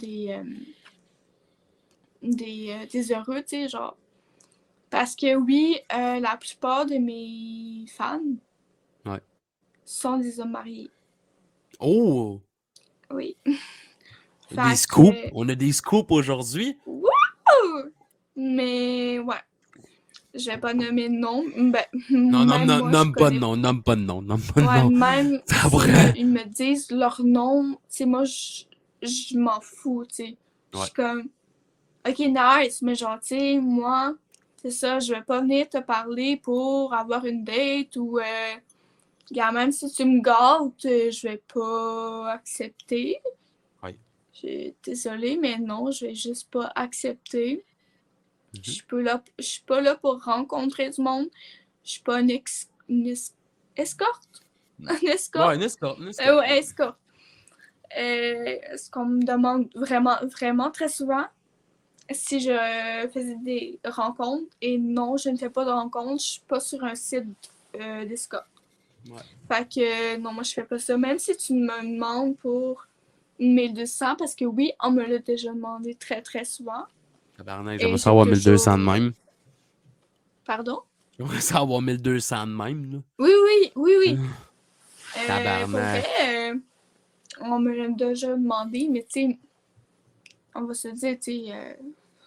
heureux, tu sais, genre. Parce que oui, la plupart de mes fans sont des hommes mariés. Oh! Oui. Des scoops! On a des scoops aujourd'hui! Wouhou! Mais ouais. Je vais pas nommer de nom. Ben, non, nomme pas de nom, nomme pas de nom. Même ils me disent leur nom, tu sais, moi, je m'en fous, tu sais. Je suis comme, OK, nice, mais genre, tu sais, moi, c'est ça, je vais pas venir te parler pour avoir une date ou, même si tu me gâtes, je vais pas accepter. Oui. Désolée, mais non, je vais juste pas accepter. Je suis pas là pour rencontrer du monde. Je suis pas une escorte. Une escorte? Ouais, une escorte. Ouais, escorte. Ce qu'on me demande vraiment, vraiment très souvent, si je faisais des rencontres, et non, je ne fais pas de rencontres, je suis pas sur un site d'escorte. Ouais. Fait que non, moi je fais pas ça. Même si tu me demandes pour 1200, parce que oui, on me l'a déjà demandé très très souvent. Tabarnak, j'aimerais ça avoir 1200 de même. Pardon? J'aimerais ça avoir 1200 de même, là. Oui. Tabarnak. On me l'a déjà demandé, mais tu sais, on va se dire, tu sais,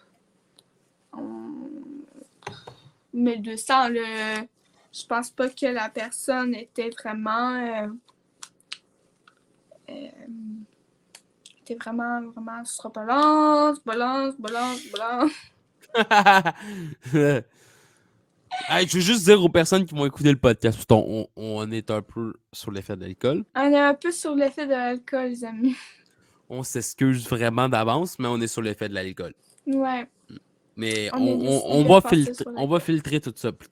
1200, je pense pas que la personne était vraiment vraiment sur balance. Hey, je veux juste dire aux personnes qui vont écouter le podcast, parce on est un peu sur l'effet de l'alcool. On est un peu sur l'effet de l'alcool, les amis. On s'excuse vraiment d'avance, mais on est sur l'effet de l'alcool. Ouais. Mais on va filtrer tout ça plus tard.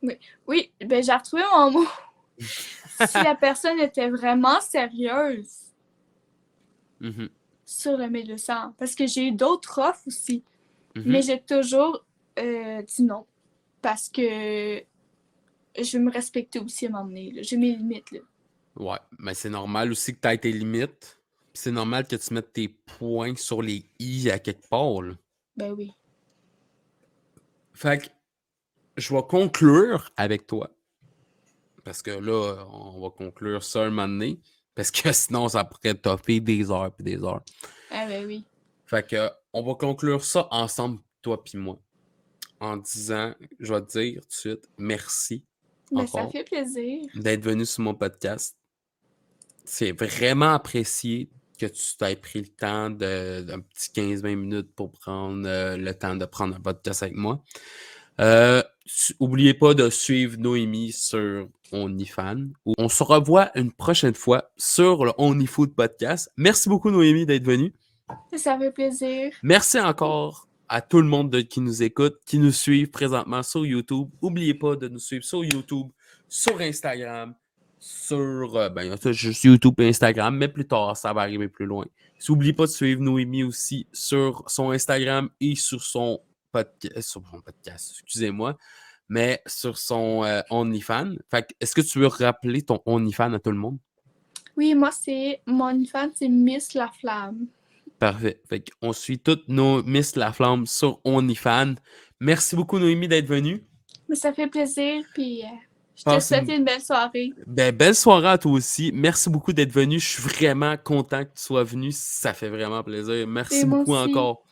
Oui, ben j'ai retrouvé mon mot. Si la personne était vraiment sérieuse Mhm, sur le 1200, parce que j'ai eu d'autres offres aussi, mais mhm. j'ai toujours dit non, parce que je veux me respecter aussi à m'emmener. J'ai mes limites, là. Ouais, mais c'est normal aussi que tu aies tes limites. Puis c'est normal que tu mettes tes points sur les i à quelque part, là. Ben oui. Fait que je vais conclure avec toi. Parce que là, on va conclure ça un moment donné. Parce que sinon, ça pourrait toffer des heures puis des heures. Ah ben oui. Fait que on va conclure ça ensemble, toi puis moi. En disant, je vais te dire tout de suite, merci Ben ça encore fait plaisir. d'être venu sur mon podcast. C'est vraiment apprécié que tu t'aies pris le temps d'un petit 15-20 minutes pour prendre le temps de prendre un podcast avec moi. Oubliez pas de suivre Noémie sur OnlyFans. On se revoit une prochaine fois sur le OnlyFood Podcast. Merci beaucoup, Noémie, d'être venue. Ça fait plaisir. Merci encore à tout le monde qui nous écoute, qui nous suit présentement sur YouTube. N'oubliez pas de nous suivre sur YouTube, sur Instagram, sur juste YouTube et Instagram, mais plus tard, ça va arriver plus loin. N'oubliez pas de suivre Noémie aussi sur son Instagram et sur son podcast, excusez-moi, mais sur son OnlyFans. Fait que, est-ce que tu veux rappeler ton OnlyFans à tout le monde? Oui, moi, mon OnlyFans, c'est Miss La Flamme. Parfait. Fait qu'on suit toutes nos Miss La Flamme sur OnlyFans. Merci beaucoup, Noémie, d'être venue. Mais ça fait plaisir, puis je te Passe souhaite une belle soirée. belle soirée à toi aussi. Merci beaucoup d'être venu. Je suis vraiment content que tu sois venu. Ça fait vraiment plaisir. Merci Et moi beaucoup aussi. encore.